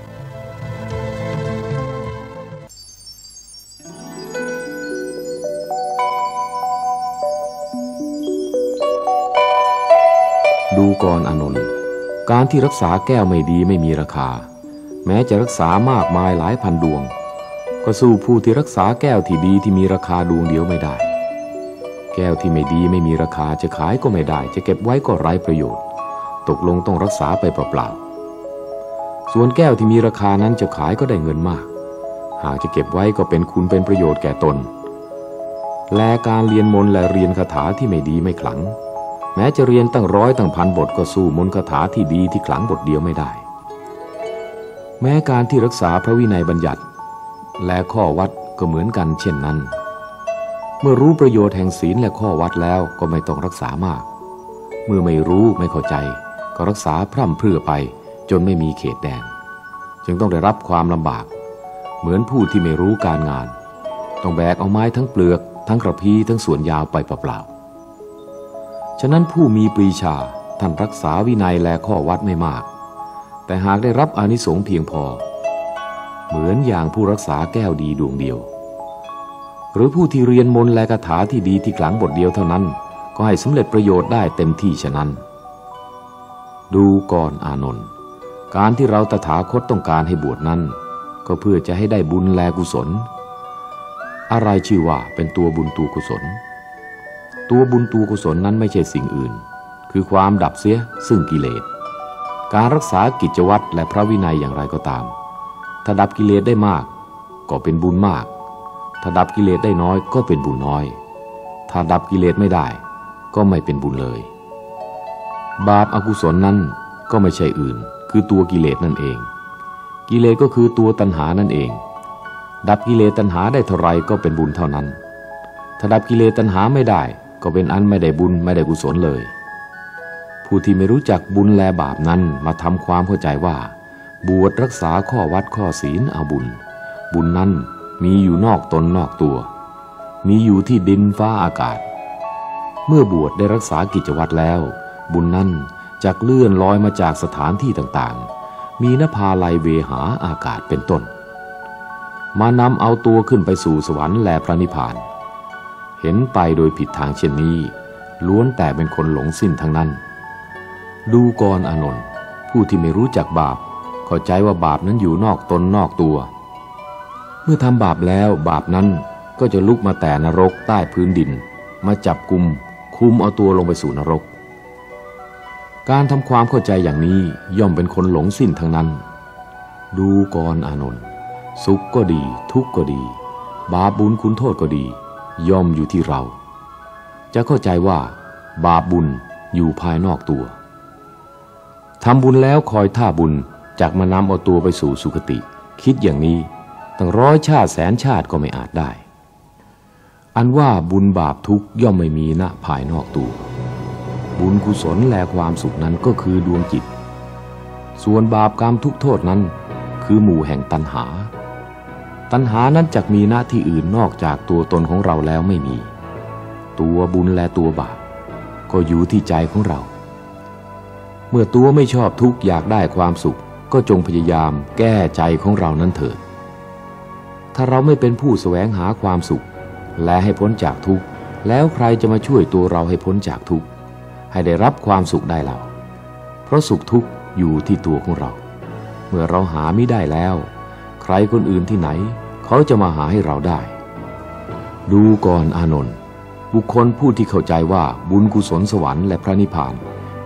ดูก่อนอานนท์การที่รักษาแก้วไม่ดีไม่มีราคาแม้จะรักษามากมายหลายพันดวงก็สู้ผู้ที่รักษาแก้วที่ดีที่มีราคาดวงเดียวไม่ได้แก้วที่ไม่ดีไม่มีราคาจะขายก็ไม่ได้จะเก็บไว้ก็ไร้ประโยชน์ตกลงต้องรักษาไปเปล่าๆส่วนแก้วที่มีราคานั้นจะขายก็ได้เงินมากหากจะเก็บไว้ก็เป็นคุณเป็นประโยชน์แก่ตนและการเรียนมนต์และเรียนคาถาที่ไม่ดีไม่ขลังแม้จะเรียนตั้งร้อยตั้งพันบทก็สู้มนต์คาถาที่ดีที่ขลังบทเดียวไม่ได้แม้การที่รักษาพระวินัยบัญญัติและข้อวัดก็เหมือนกันเช่นนั้นเมื่อรู้ประโยชน์แห่งศีลและข้อวัดแล้วก็ไม่ต้องรักษามากเมื่อไม่รู้ไม่เข้าใจก็รักษาพร่ำเพรื่อไปจนไม่มีเขตแดนจึงต้องได้รับความลำบากเหมือนผู้ที่ไม่รู้การงานต้องแบกเอาไม้ทั้งเปลือกทั้งกระพี้ทั้งส่วนยาวไปเปล่าๆฉะนั้นผู้มีปรีชาท่านรักษาวินัยและข้อวัดไม่มากแต่หากได้รับอานิสงส์เพียงพอเหมือนอย่างผู้รักษาแก้วดีดวงเดียวหรือผู้ที่เรียนมนต์และคาถาที่ดีที่ขลังบทเดียวเท่านั้นก็ให้สำเร็จประโยชน์ได้เต็มที่ฉะนั้นดูก่อนอานนท์การที่เราตถาคตต้องการให้บวชนั้นก็เพื่อจะให้ได้บุญและกุศลอะไรชื่อว่าเป็นตัวบุญตัวกุศลตัวบุญตัวกุศลนั้นไม่ใช่สิ่งอื่นคือความดับเสียซึ่งกิเลสการรักษากิจวัตรและพระวินัยอย่างไรก็ตามถ้าดับกิเลสได้มากก็เป็นบุญมากถ้าดับกิเลสได้น้อยก็เป็นบุญน้อยถ้าดับกิเลสไม่ได้ก็ไม่เป็นบุญเลยบาปอกุศลนั้นก็ไม่ใช่อื่นคือตัวกิเลสนั่นเองกิเลสก็คือตัวตัณหานั่นเองดับกิเลสตัณหาได้เท่าไรก็เป็นบุญเท่านั้นถ้าดับกิเลสตัณหาไม่ได้ก็เป็นอันไม่ได้บุญไม่ได้กุศลเลยผู้ที่ไม่รู้จักบุญและบาปนั้นมาทำความเข้าใจว่าบวชรักษาข้อวัดข้อศีลเอาบุญบุญนั้นมีอยู่นอกตนนอกตัวมีอยู่ที่ดินฟ้าอากาศเมื่อบวชได้รักษากิจวัตรแล้วบุญนั้นจักเลื่อนลอยมาจากสถานที่ต่างๆมีนภาลัยเวหาอากาศเป็นต้นมานำเอาตัวขึ้นไปสู่สวรรค์และพระนิพพานเห็นไปโดยผิดทางเช่นนี้ล้วนแต่เป็นคนหลงสิ้นทั้งนั้นดูก่อนอานนท์ผู้ที่ไม่รู้จักบาปเข้าใจว่าบาปนั้นอยู่นอกตนนอกตัวเมื่อทำบาปแล้วบาปนั้นก็จะลุกมาแต่นรกใต้พื้นดินมาจับกุมคุมเอาตัวลงไปสู่นรกการทำความเข้าใจอย่างนี้ย่อมเป็นคนหลงสิ้นทั้งนั้นดูก่อนอานนท์สุขก็ดีทุกข์ก็ดีบาปบุญคุณโทษก็ดีย่อมอยู่ที่เราจะเข้าใจว่าบาปบุญอยู่ภายนอกตัวทำบุญแล้วคอยท่าบุญจักมานำเอาตัวไปสู่สุคติคิดอย่างนี้ตั้งร้อยชาติแสนชาติก็ไม่อาจได้อันว่าบุญบาปทุกข์ย่อมไม่มีณภายนอกตัวบุญกุศลและความสุขนั้นก็คือดวงจิตส่วนบาปกรรมทุกโทษนั้นคือหมู่แห่งตัณหาตัณหานั้นจักมีหน้าที่อื่นนอกจากตัวตนของเราแล้วไม่มีตัวบุญและตัวบาปก็อยู่ที่ใจของเราเมื่อตัวไม่ชอบทุกข์อยากได้ความสุขก็จงพยายามแก้ใจของเรานั้นเถิดถ้าเราไม่เป็นผู้แสวงหาความสุขและให้พ้นจากทุกข์แล้วใครจะมาช่วยตัวเราให้พ้นจากทุกข์ให้ได้รับความสุขได้เราเพราะสุขทุกข์อยู่ที่ตัวของเราเมื่อเราหาไม่ได้แล้วใครคนอื่นที่ไหนเขาจะมาหาให้เราได้ดูก่อนอานนท์บุคคลผู้ที่เข้าใจว่าบุญกุศลสวรรค์และพระนิพพาน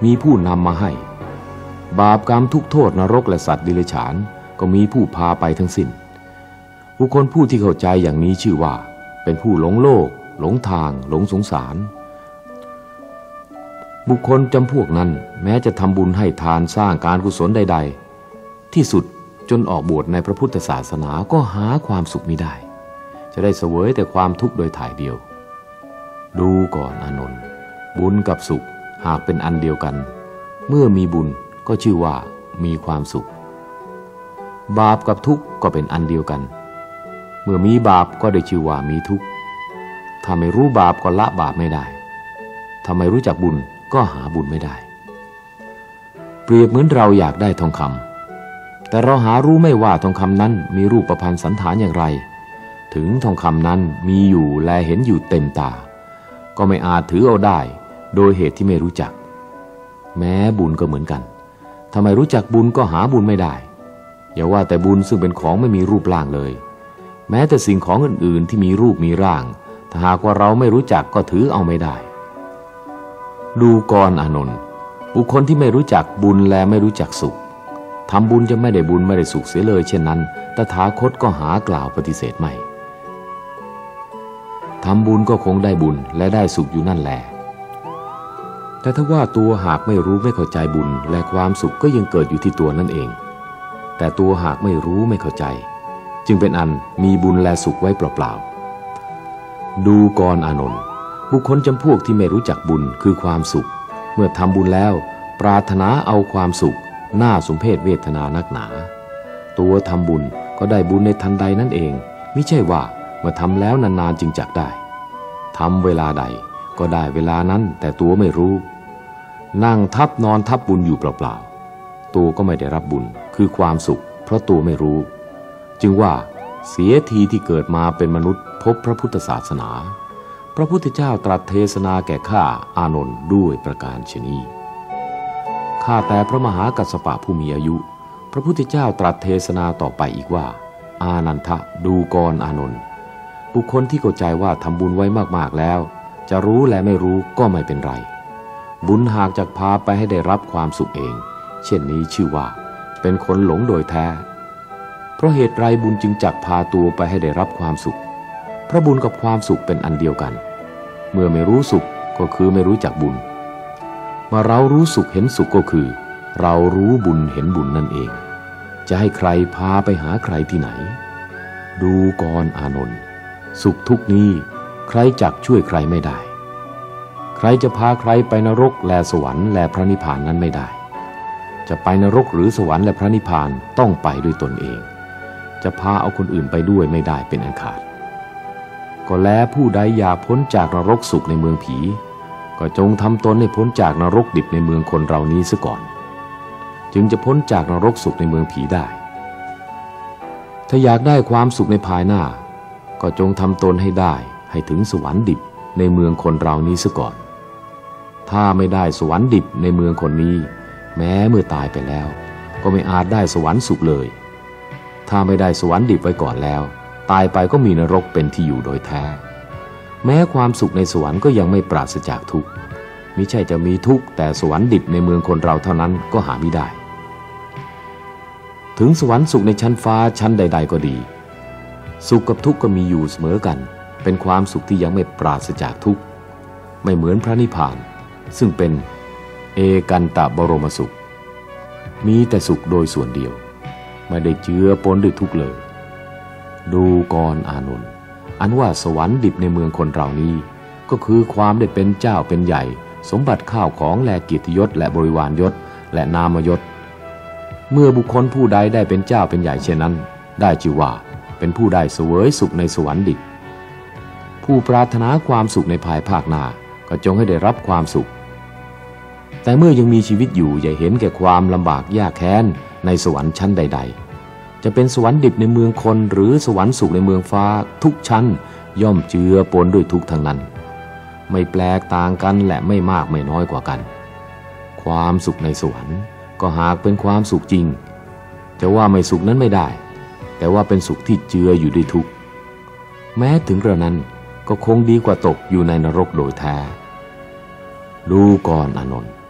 มีผู้นำมาให้บาปกรรมทุกโทษนรกและสัตว์ดิเรกชันก็มีผู้พาไปทั้งสิ้นบุคคลผู้ที่เข้าใจอย่างนี้ชื่อว่าเป็นผู้หลงโลกหลงทางหลงสงสารบุคคลจำพวกนั้นแม้จะทำบุญให้ทานสร้างการกุศลใดๆที่สุดจนออกบวชในพระพุทธศาสนาก็หาความสุขมิได้จะได้เสวยแต่ความทุกข์โดยถ่ายเดียวดูก่อนอานนท์บุญกับสุขหากเป็นอันเดียวกันเมื่อมีบุญก็ชื่อว่ามีความสุขบาปกับทุกข์ก็เป็นอันเดียวกันเมื่อมีบาปก็ได้ชื่อว่ามีทุกข์ถ้าไม่รู้บาปก็ละบาปไม่ได้ถ้าไม่รู้จักบุญก็หาบุญไม่ได้เปรียบเหมือนเราอยากได้ทองคำแต่เราหารู้ไม่ว่าทองคำนั้นมีรูปพรรณสันฐานอย่างไรถึงทองคำนั้นมีอยู่แลเห็นอยู่เต็มตาก็ไม่อาจถือเอาได้โดยเหตุที่ไม่รู้จักแม้บุญก็เหมือนกันถ้าไม่รู้จักบุญก็หาบุญไม่ได้อย่าว่าแต่บุญซึ่งเป็นของไม่มีรูปร่างเลยแม้แต่สิ่งของอื่นๆที่มีรูปมีร่างถ้าหากว่าเราไม่รู้จักก็ถือเอาไม่ได้ดูก่อนอานนท์บุคคลที่ไม่รู้จักบุญและไม่รู้จักสุขทำบุญจะไม่ได้บุญไม่ได้สุขเสียเลยเช่นนั้นตถาคตก็หากล่าวปฏิเสธไม่ทำบุญก็คงได้บุญและได้สุขอยู่นั่นแหละแต่ถ้าว่าตัวหากไม่รู้ไม่เข้าใจบุญและความสุขก็ยังเกิดอยู่ที่ตัวนั่นเองแต่ตัวหากไม่รู้ไม่เข้าใจจึงเป็นอันมีบุญและสุขไว้เปล่าๆดูก่อนอานนท์บุคคลจำพวกที่ไม่รู้จักบุญคือความสุขเมื่อทำบุญแล้วปรารถนาเอาความสุขน่าสมเพชเวทนานักหนาตัวทำบุญก็ได้บุญในทันใดนั่นเองไม่ใช่ว่าเมื่อทำแล้วนานๆจึงจักได้ทำเวลาใดก็ได้เวลานั้นแต่ตัวไม่รู้นั่งทับนอนทับบุญอยู่เปล่าๆตัวก็ไม่ได้รับบุญคือความสุขเพราะตัวไม่รู้จึงว่าเสียทีที่เกิดมาเป็นมนุษย์พบพระพุทธศาสนาพระพุทธเจ้าตรัสเทศนาแก่ข้าอานนท์ด้วยประการฉะนี้ข้าแต่พระมหากัสสปะผู้มีอายุพระพุทธเจ้าตรัสเทศนาต่อไปอีกว่าอานันทะดูก่อนอานนท์บุคคลที่เข้าใจว่าทำบุญไว้มากๆแล้วจะรู้และไม่รู้ก็ไม่เป็นไรบุญหากจะพาไปให้ได้รับความสุขเองเช่นนี้ชื่อว่าเป็นคนหลงโดยแท้เพราะเหตุไรบุญจึงจักพาตัวไปให้ได้รับความสุขเพราะบุญกับความสุขเป็นอันเดียวกันเมื่อไม่รู้สุขก็คือไม่รู้จักบุญเมื่อเรารู้สุขเห็นสุขก็คือเรารู้บุญเห็นบุญนั่นเองจะให้ใครพาไปหาใครที่ไหนดูก่อนอานนท์สุขทุกนี้ใครจักช่วยใครไม่ได้ใครจะพาใครไปนรกและสวรรค์และพระนิพพานนั้นไม่ได้จะไปนรกหรือสวรรค์และพระนิพพานต้องไปด้วยตนเองจะพาเอาคนอื่นไปด้วยไม่ได้เป็นอันขาดก็แลผู้ใดอยากพ้นจากนรกสุขในเมืองผีก็จงทำตนให้พ้นจากนรกดิบในเมืองคนเรานี้ซะก่อนจึงจะพ้นจากนรกสุขในเมืองผีได้ถ้าอยากได้ความสุขในภายหน้าก็จงทำตนให้ได้ให้ถึงสวรรค์ดิบในเมืองคนเรานี้ซะก่อนถ้าไม่ได้สวรรค์ดิบในเมืองคนนี้แม้เมื่อตายไปแล้วก็ไม่อาจได้สวรรค์สุขเลยถ้าไม่ได้สวรรค์ดิบไว้ก่อนแล้วตายไปก็มีนรกเป็นที่อยู่โดยแท้แม้ความสุขในสวรรค์ก็ยังไม่ปราศจากทุกข์มิใช่จะมีทุกข์แต่สวรรค์ดิบในเมืองคนเราเท่านั้นก็หาไม่ได้ถึงสวรรค์สุขในชั้นฟ้าชั้นใดๆก็ดีสุขกับทุกข์ก็มีอยู่เสมอกันเป็นความสุขที่ยังไม่ปราศจากทุกข์ไม่เหมือนพระนิพพานซึ่งเป็นเอกันตบรมสุขมีแต่สุขโดยส่วนเดียวไม่ได้เจือปนด้วยทุกข์เลยดูก่อนอานนท์อันว่าสวรรค์ดิบในเมืองคนเรานี้ก็คือความได้เป็นเจ้าเป็นใหญ่สมบัติข้าวของและเกียรติยศและบริวารยศและนามยศเมื่อบุคคลผู้ใดได้เป็นเจ้าเป็นใหญ่เช่นนั้นได้ชื่อว่าเป็นผู้ได้เสวยสุขในสวรรค์ดิบผู้ปรารถนาความสุขในภายภาคหน้าก็จงให้ได้รับความสุขแต่เมื่อยังมีชีวิตอยู่อย่าเห็นแก่ความลำบากยากแค้นในสวรรค์ชั้นใดๆจะเป็นสวรรค์ดิบในเมืองคนหรือสวรรค์สุขในเมืองฟ้าทุกชั้นย่อมเจือปนด้วยทุกข์ทั้งนั้นไม่แปลกต่างกันและไม่มากไม่น้อยกว่ากันความสุขในสวรรค์ก็หากเป็นความสุขจริงจะว่าไม่สุขนั้นไม่ได้แต่ว่าเป็นสุขที่เจืออยู่ด้วยทุกข์แม้ถึงกระนั้นก็คงดีกว่าตกอยู่ในนรกโดยแท้ดูก่อนอานนท์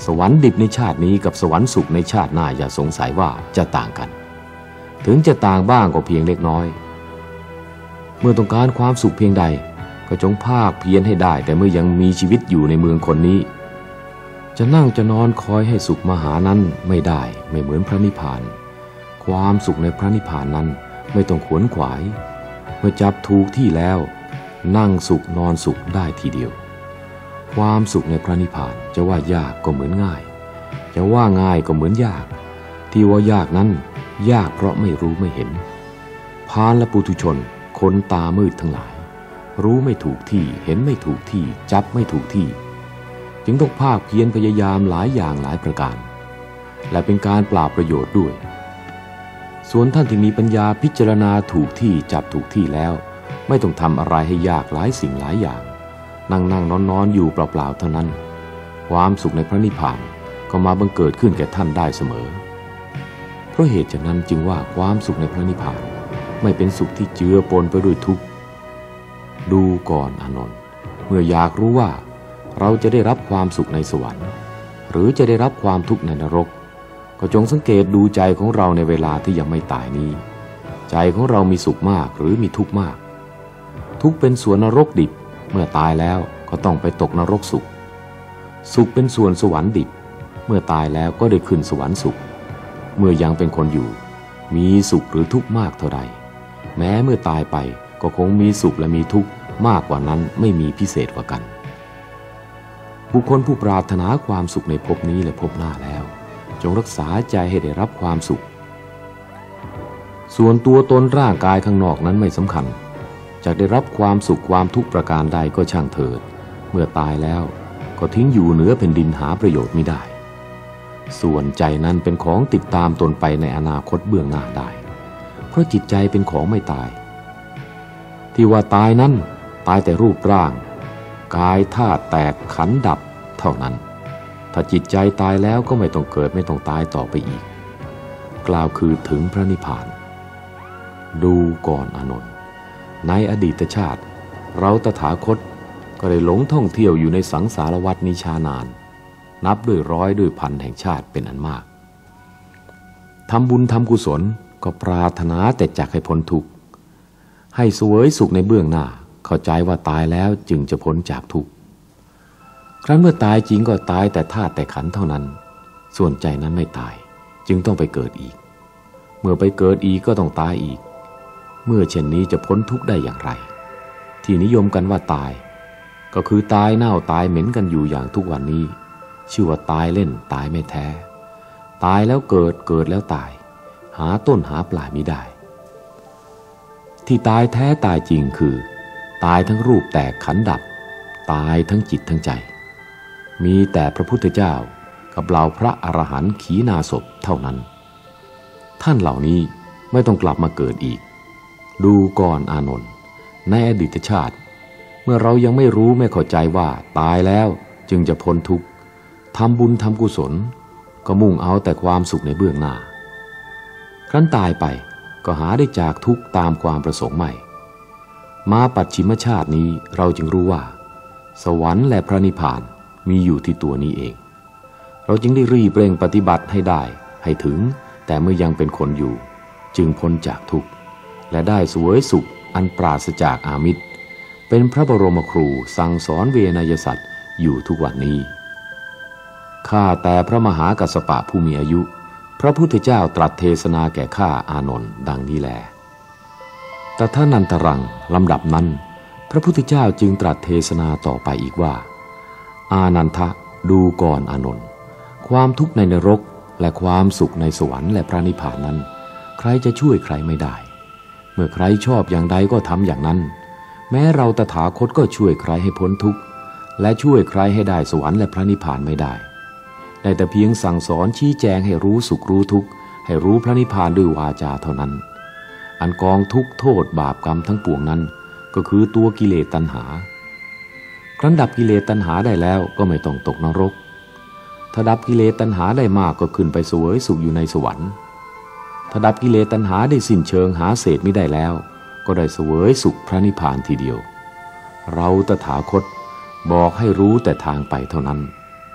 สวรรค์ดิบในชาตินี้กับสวรรค์สุขในชาติหน้าอย่าสงสัยว่าจะต่างกันถึงจะต่างบ้างก็เพียงเล็กน้อยเมื่อต้องการความสุขเพียงใดก็จงภาคเพียรให้ได้แต่เมื่อยังมีชีวิตอยู่ในเมืองคนนี้จะนั่งจะนอนคอยให้สุขมาหานั้นไม่ได้ไม่เหมือนพระนิพพานความสุขในพระนิพพานนั้นไม่ต้องขวนขวายเมื่อจับถูกที่แล้วนั่งสุขนอนสุขได้ทีเดียวความสุขในพระนิพพานจะว่ายากก็เหมือนง่ายจะว่าง่ายก็เหมือนยากที่ว่ายากนั้นยากเพราะไม่รู้ไม่เห็นพาลและปุถุชนคนตามืดทั้งหลายรู้ไม่ถูกที่เห็นไม่ถูกที่จับไม่ถูกที่จึงต้องภาคเพียรพยายามหลายอย่างหลายประการและเป็นการเปล่าประโยชน์ด้วยส่วนท่านที่มีปัญญาพิจารณาถูกที่จับถูกที่แล้วไม่ต้องทำอะไรให้ยากหลายสิ่งหลายอย่างนั่งนอนอยู่เปล่าๆเท่านั้นความสุขในพระนิพพานก็มาบังเกิดขึ้นแก่ท่านได้เสมอเพราะเหตุฉะนั้นจึงว่าความสุขในพระนิพพานไม่เป็นสุขที่เจือปนไปด้วยทุกข์ดูก่อนอานนท์เมื่ออยากรู้ว่าเราจะได้รับความสุขในสวรรค์หรือจะได้รับความทุกข์ในนรกก็จงสังเกตดูใจของเราในเวลาที่ยังไม่ตายนี้ใจของเรามีสุขมากหรือมีทุกข์มากทุกข์เป็นส่วนนรกดิบเมื่อตายแล้วก็ต้องไปตกนรกสุขสุขเป็นส่วนสวรรค์ดิบเมื่อตายแล้วก็ได้ขึ้นสวรรค์สุขเมื่อยังเป็นคนอยู่มีสุขหรือทุกข์มากเท่าใดแม้เมื่อตายไปก็คงมีสุขและมีทุกข์มากกว่านั้นไม่มีพิเศษกว่ากันบุคคลผู้ปรารถนาความสุขในภพนี้และภพหน้าแล้วจงรักษาใจให้ได้รับความสุขส่วนตัวตนร่างกายข้างนอกนั้นไม่สำคัญจะได้รับความสุขความทุกข์ประการใดก็ช่างเถิดเมื่อตายแล้วก็ทิ้งอยู่เหนือแผ่นดินหาประโยชน์ไม่ได้ส่วนใจนั้นเป็นของติดตามตนไปในอนาคตเบื้องหน้าได้เพราะจิตใจเป็นของไม่ตายที่ว่าตายนั้นตายแต่รูปร่างกายธาตุแตกขันธ์ดับเท่านั้นถ้าจิตใจตายแล้วก็ไม่ต้องเกิดไม่ต้องตายต่อไปอีกกล่าวคือถึงพระนิพพานดูก่อนอานนท์ในอดีตชาติเราตถาคตก็ได้หลงท่องเที่ยวอยู่ในสังสารวัฏนี้ช้านานนับด้วยร้อยด้วยพันแห่งชาติเป็นอันมากทำบุญทำกุศลก็ปรารถนาแต่จักให้พ้นทุกข์ให้เสวยสุขในเบื้องหน้าเข้าใจว่าตายแล้วจึงจะพ้นจากทุกข์ครั้นเมื่อตายจริงก็ตายแต่ธาตุแต่ขันธ์เท่านั้นส่วนใจนั้นไม่ตายจึงต้องไปเกิดอีกเมื่อไปเกิดอีกก็ต้องตายอีกเมื่อเช่นนี้จะพ้นทุกข์ได้อย่างไรที่นิยมกันว่าตายก็คือตายเน่าตายเหม็นกันอยู่อย่างทุกวันนี้ชื่อว่าตายเล่นตายไม่แท้ตายแล้วเกิดเกิดแล้วตายหาต้นหาปลายมิได้ที่ตายแท้ตายจริงคือตายทั้งรูปแตกขันธ์ดับตายทั้งจิตทั้งใจมีแต่พระพุทธเจ้ากับเหล่าพระอรหันต์ขีณาสพเท่านั้นท่านเหล่านี้ไม่ต้องกลับมาเกิดอีกดูก่อนอานนท์ในอดีตชาติเมื่อเรายังไม่รู้ไม่เข้าใจว่าตายแล้วจึงจะพ้นทุกข์ทำบุญทำกุศลก็มุ่งเอาแต่ความสุขในเบื้องหน้าครั้นตายไปก็หาได้จากทุกข์ตามความประสงค์ใหม่มาปัจฉิมชาตินี้เราจึงรู้ว่าสวรรค์และพระนิพพานมีอยู่ที่ตัวนี้เองเราจึงได้รีบเร่งปฏิบัติให้ได้ให้ถึงแต่เมื่อยังเป็นคนอยู่จึงพ้นจากทุกข์และได้เสวยสุขอันปราศจากอามิตรเป็นพระบรมครูสั่งสอนเวนยสัตว์อยู่ทุกวันนี้ข้าแต่พระมหากัสสปะผู้มีอายุพระพุทธเจ้าตรัสเทศนาแก่ข้าอานนท์ดังนี้แลตถานันตรังลำดับนั้นพระพุทธเจ้าจึงตรัสเทศนาต่อไปอีกว่าอานันทะดูก่อนอานนท์ความทุกข์ในนรกและความสุขในสวรรค์และพระนิพพานนั้นใครจะช่วยใครไม่ได้เมื่อใครชอบอย่างใดก็ทำอย่างนั้นแม้เราตถาคตก็ช่วยใครให้พ้นทุกข์และช่วยใครให้ได้สวรรค์และพระนิพพานไม่ได้แต่เพียงสั่งสอนชี้แจงให้รู้สุขรู้ทุกข์ให้รู้พระนิพพานด้วยวาจาเท่านั้นอันกองทุกข์โทษบาปกรรมทั้งปวงนั้นก็คือตัวกิเลสตัณหาครั้นดับกิเลสตัณหาได้แล้วก็ไม่ต้องตกนรกถ้าดับกิเลสตัณหาได้มากก็ขึ้นไปเสวยสุขอยู่ในสวรรค์ถ้าดับกิเลสตัณหาได้สิ้นเชิงหาเศษไม่ได้แล้วก็ได้เสวยสุขพระนิพพานทีเดียวเราตถาคตบอกให้รู้แต่ทางไปเท่านั้น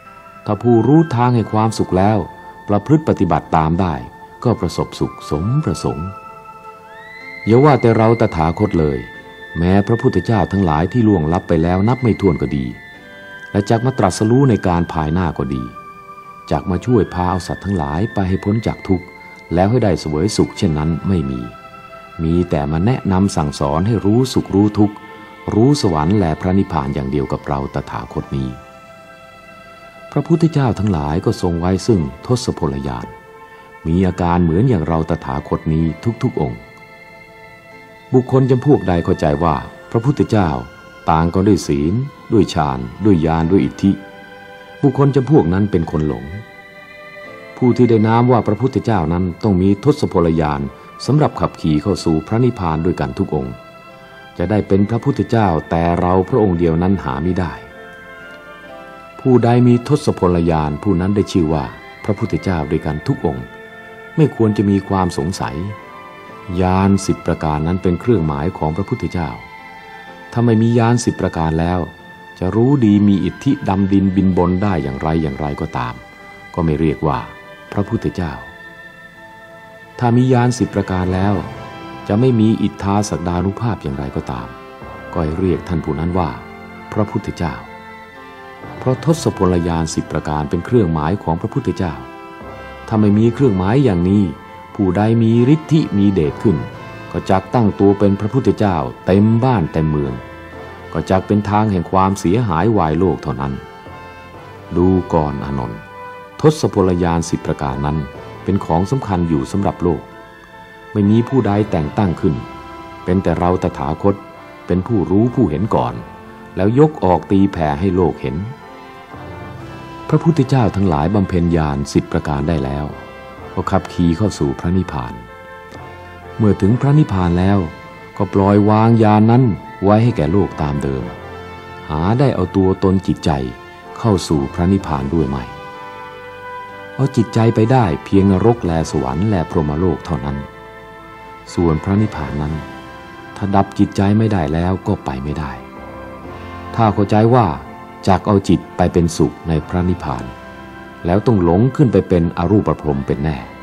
ถ้าผู้รู้ทางแห่งความสุขแล้วประพฤติปฏิบัติตามได้ก็ประสบสุขสมประสงค์อย่าว่าแต่เราตถาคตเลยแม้พระพุทธเจ้าทั้งหลายที่ล่วงลับไปแล้วนับไม่ถ้วนก็ดีและจักมาตรัสรู้ในการภายหน้าก็ดีจักมาช่วยพาเอาสัตว์ทั้งหลายไปให้พ้นจากทุกข์แล้วให้ได้เสวยสุขเช่นนั้นไม่มีแต่มาแนะนำสั่งสอนให้รู้สุขรู้ทุกข์รู้สวรรค์และพระนิพพานอย่างเดียวกับเราตถาคตนี้พระพุทธเจ้าทั้งหลายก็ทรงไว้ซึ่งทศพลญาณมีอาการเหมือนอย่างเราตถาคตนี้ทุกๆองค์บุคคลจำพวกใดเข้าใจว่าพระพุทธเจ้าต่างกันด้วยศีลด้วยฌานด้วยญาณด้วยอิทธิบุคคลจำพวกนั้นเป็นคนหลงผู้ที่ได้นามว่าพระพุทธเจ้านั้นต้องมีทศพลญาณสำหรับขับขี่เข้าสู่พระนิพพานด้วยกันทุกองค์จะได้เป็นพระพุทธเจ้าแต่เราพระองค์เดียวนั้นหาไม่ได้ผู้ใดมีทศพลญาณผู้นั้นได้ชื่อว่าพระพุทธเจ้าด้วยกันทุกองค์ไม่ควรจะมีความสงสัยญาณ10ประการนั้นเป็นเครื่องหมายของพระพุทธเจ้าถ้าไม่มีญาณ10ประการแล้วจะรู้ดีมีอิทธิดำดินบินบนได้อย่างไรก็ตามก็ไม่เรียกว่าพระพุทธเจ้าถ้ามีญาณ10ประการแล้วจะไม่มีอิทธาศักดานุภาพอย่างไรก็ตามก็ให้เรียกท่านผู้นั้นว่าพระพุทธเจ้าเพราะทศพลญาณ10ประการเป็นเครื่องหมายของพระพุทธเจ้าถ้าไม่มีเครื่องหมายอย่างนี้ผู้ใดมีฤทธิมีเดชขึ้นก็จักตั้งตัวเป็นพระพุทธเจ้าเต็มบ้านเต็มเมืองก็จักเป็นทางแห่งความเสียหายวายโลกเท่านั้นดูก่อนอานนท์ทศพลญาณ10ประการนั้นเป็นของสำคัญอยู่สำหรับโลกไม่มีผู้ใดแต่งตั้งขึ้นเป็นแต่เราตถาคตเป็นผู้รู้ผู้เห็นก่อนแล้วยกออกตีแผ่ให้โลกเห็นพระพุทธเจ้าทั้งหลายบำเพ็ญญาณ10ประการได้แล้วก็ขับขี่เข้าสู่พระนิพพานเมื่อถึงพระนิพพานแล้วก็ปล่อยวางญาณนั้นไว้ให้แก่โลกตามเดิมหาได้เอาตัวตนจิตใจเข้าสู่พระนิพพานด้วยไม่เอาจิตใจไปได้เพียงนรกและสวรรค์และพรหมโลกเท่านั้นส่วนพระนิพพานนั้นถ้าดับจิตใจไม่ได้แล้วก็ไปไม่ได้ถ้าเข้าใจว่าจักเอาจิตไปเป็นสุขในพระนิพพานแล้วต้องหลงขึ้นไปเป็นอรูปพรหมเป็นแน่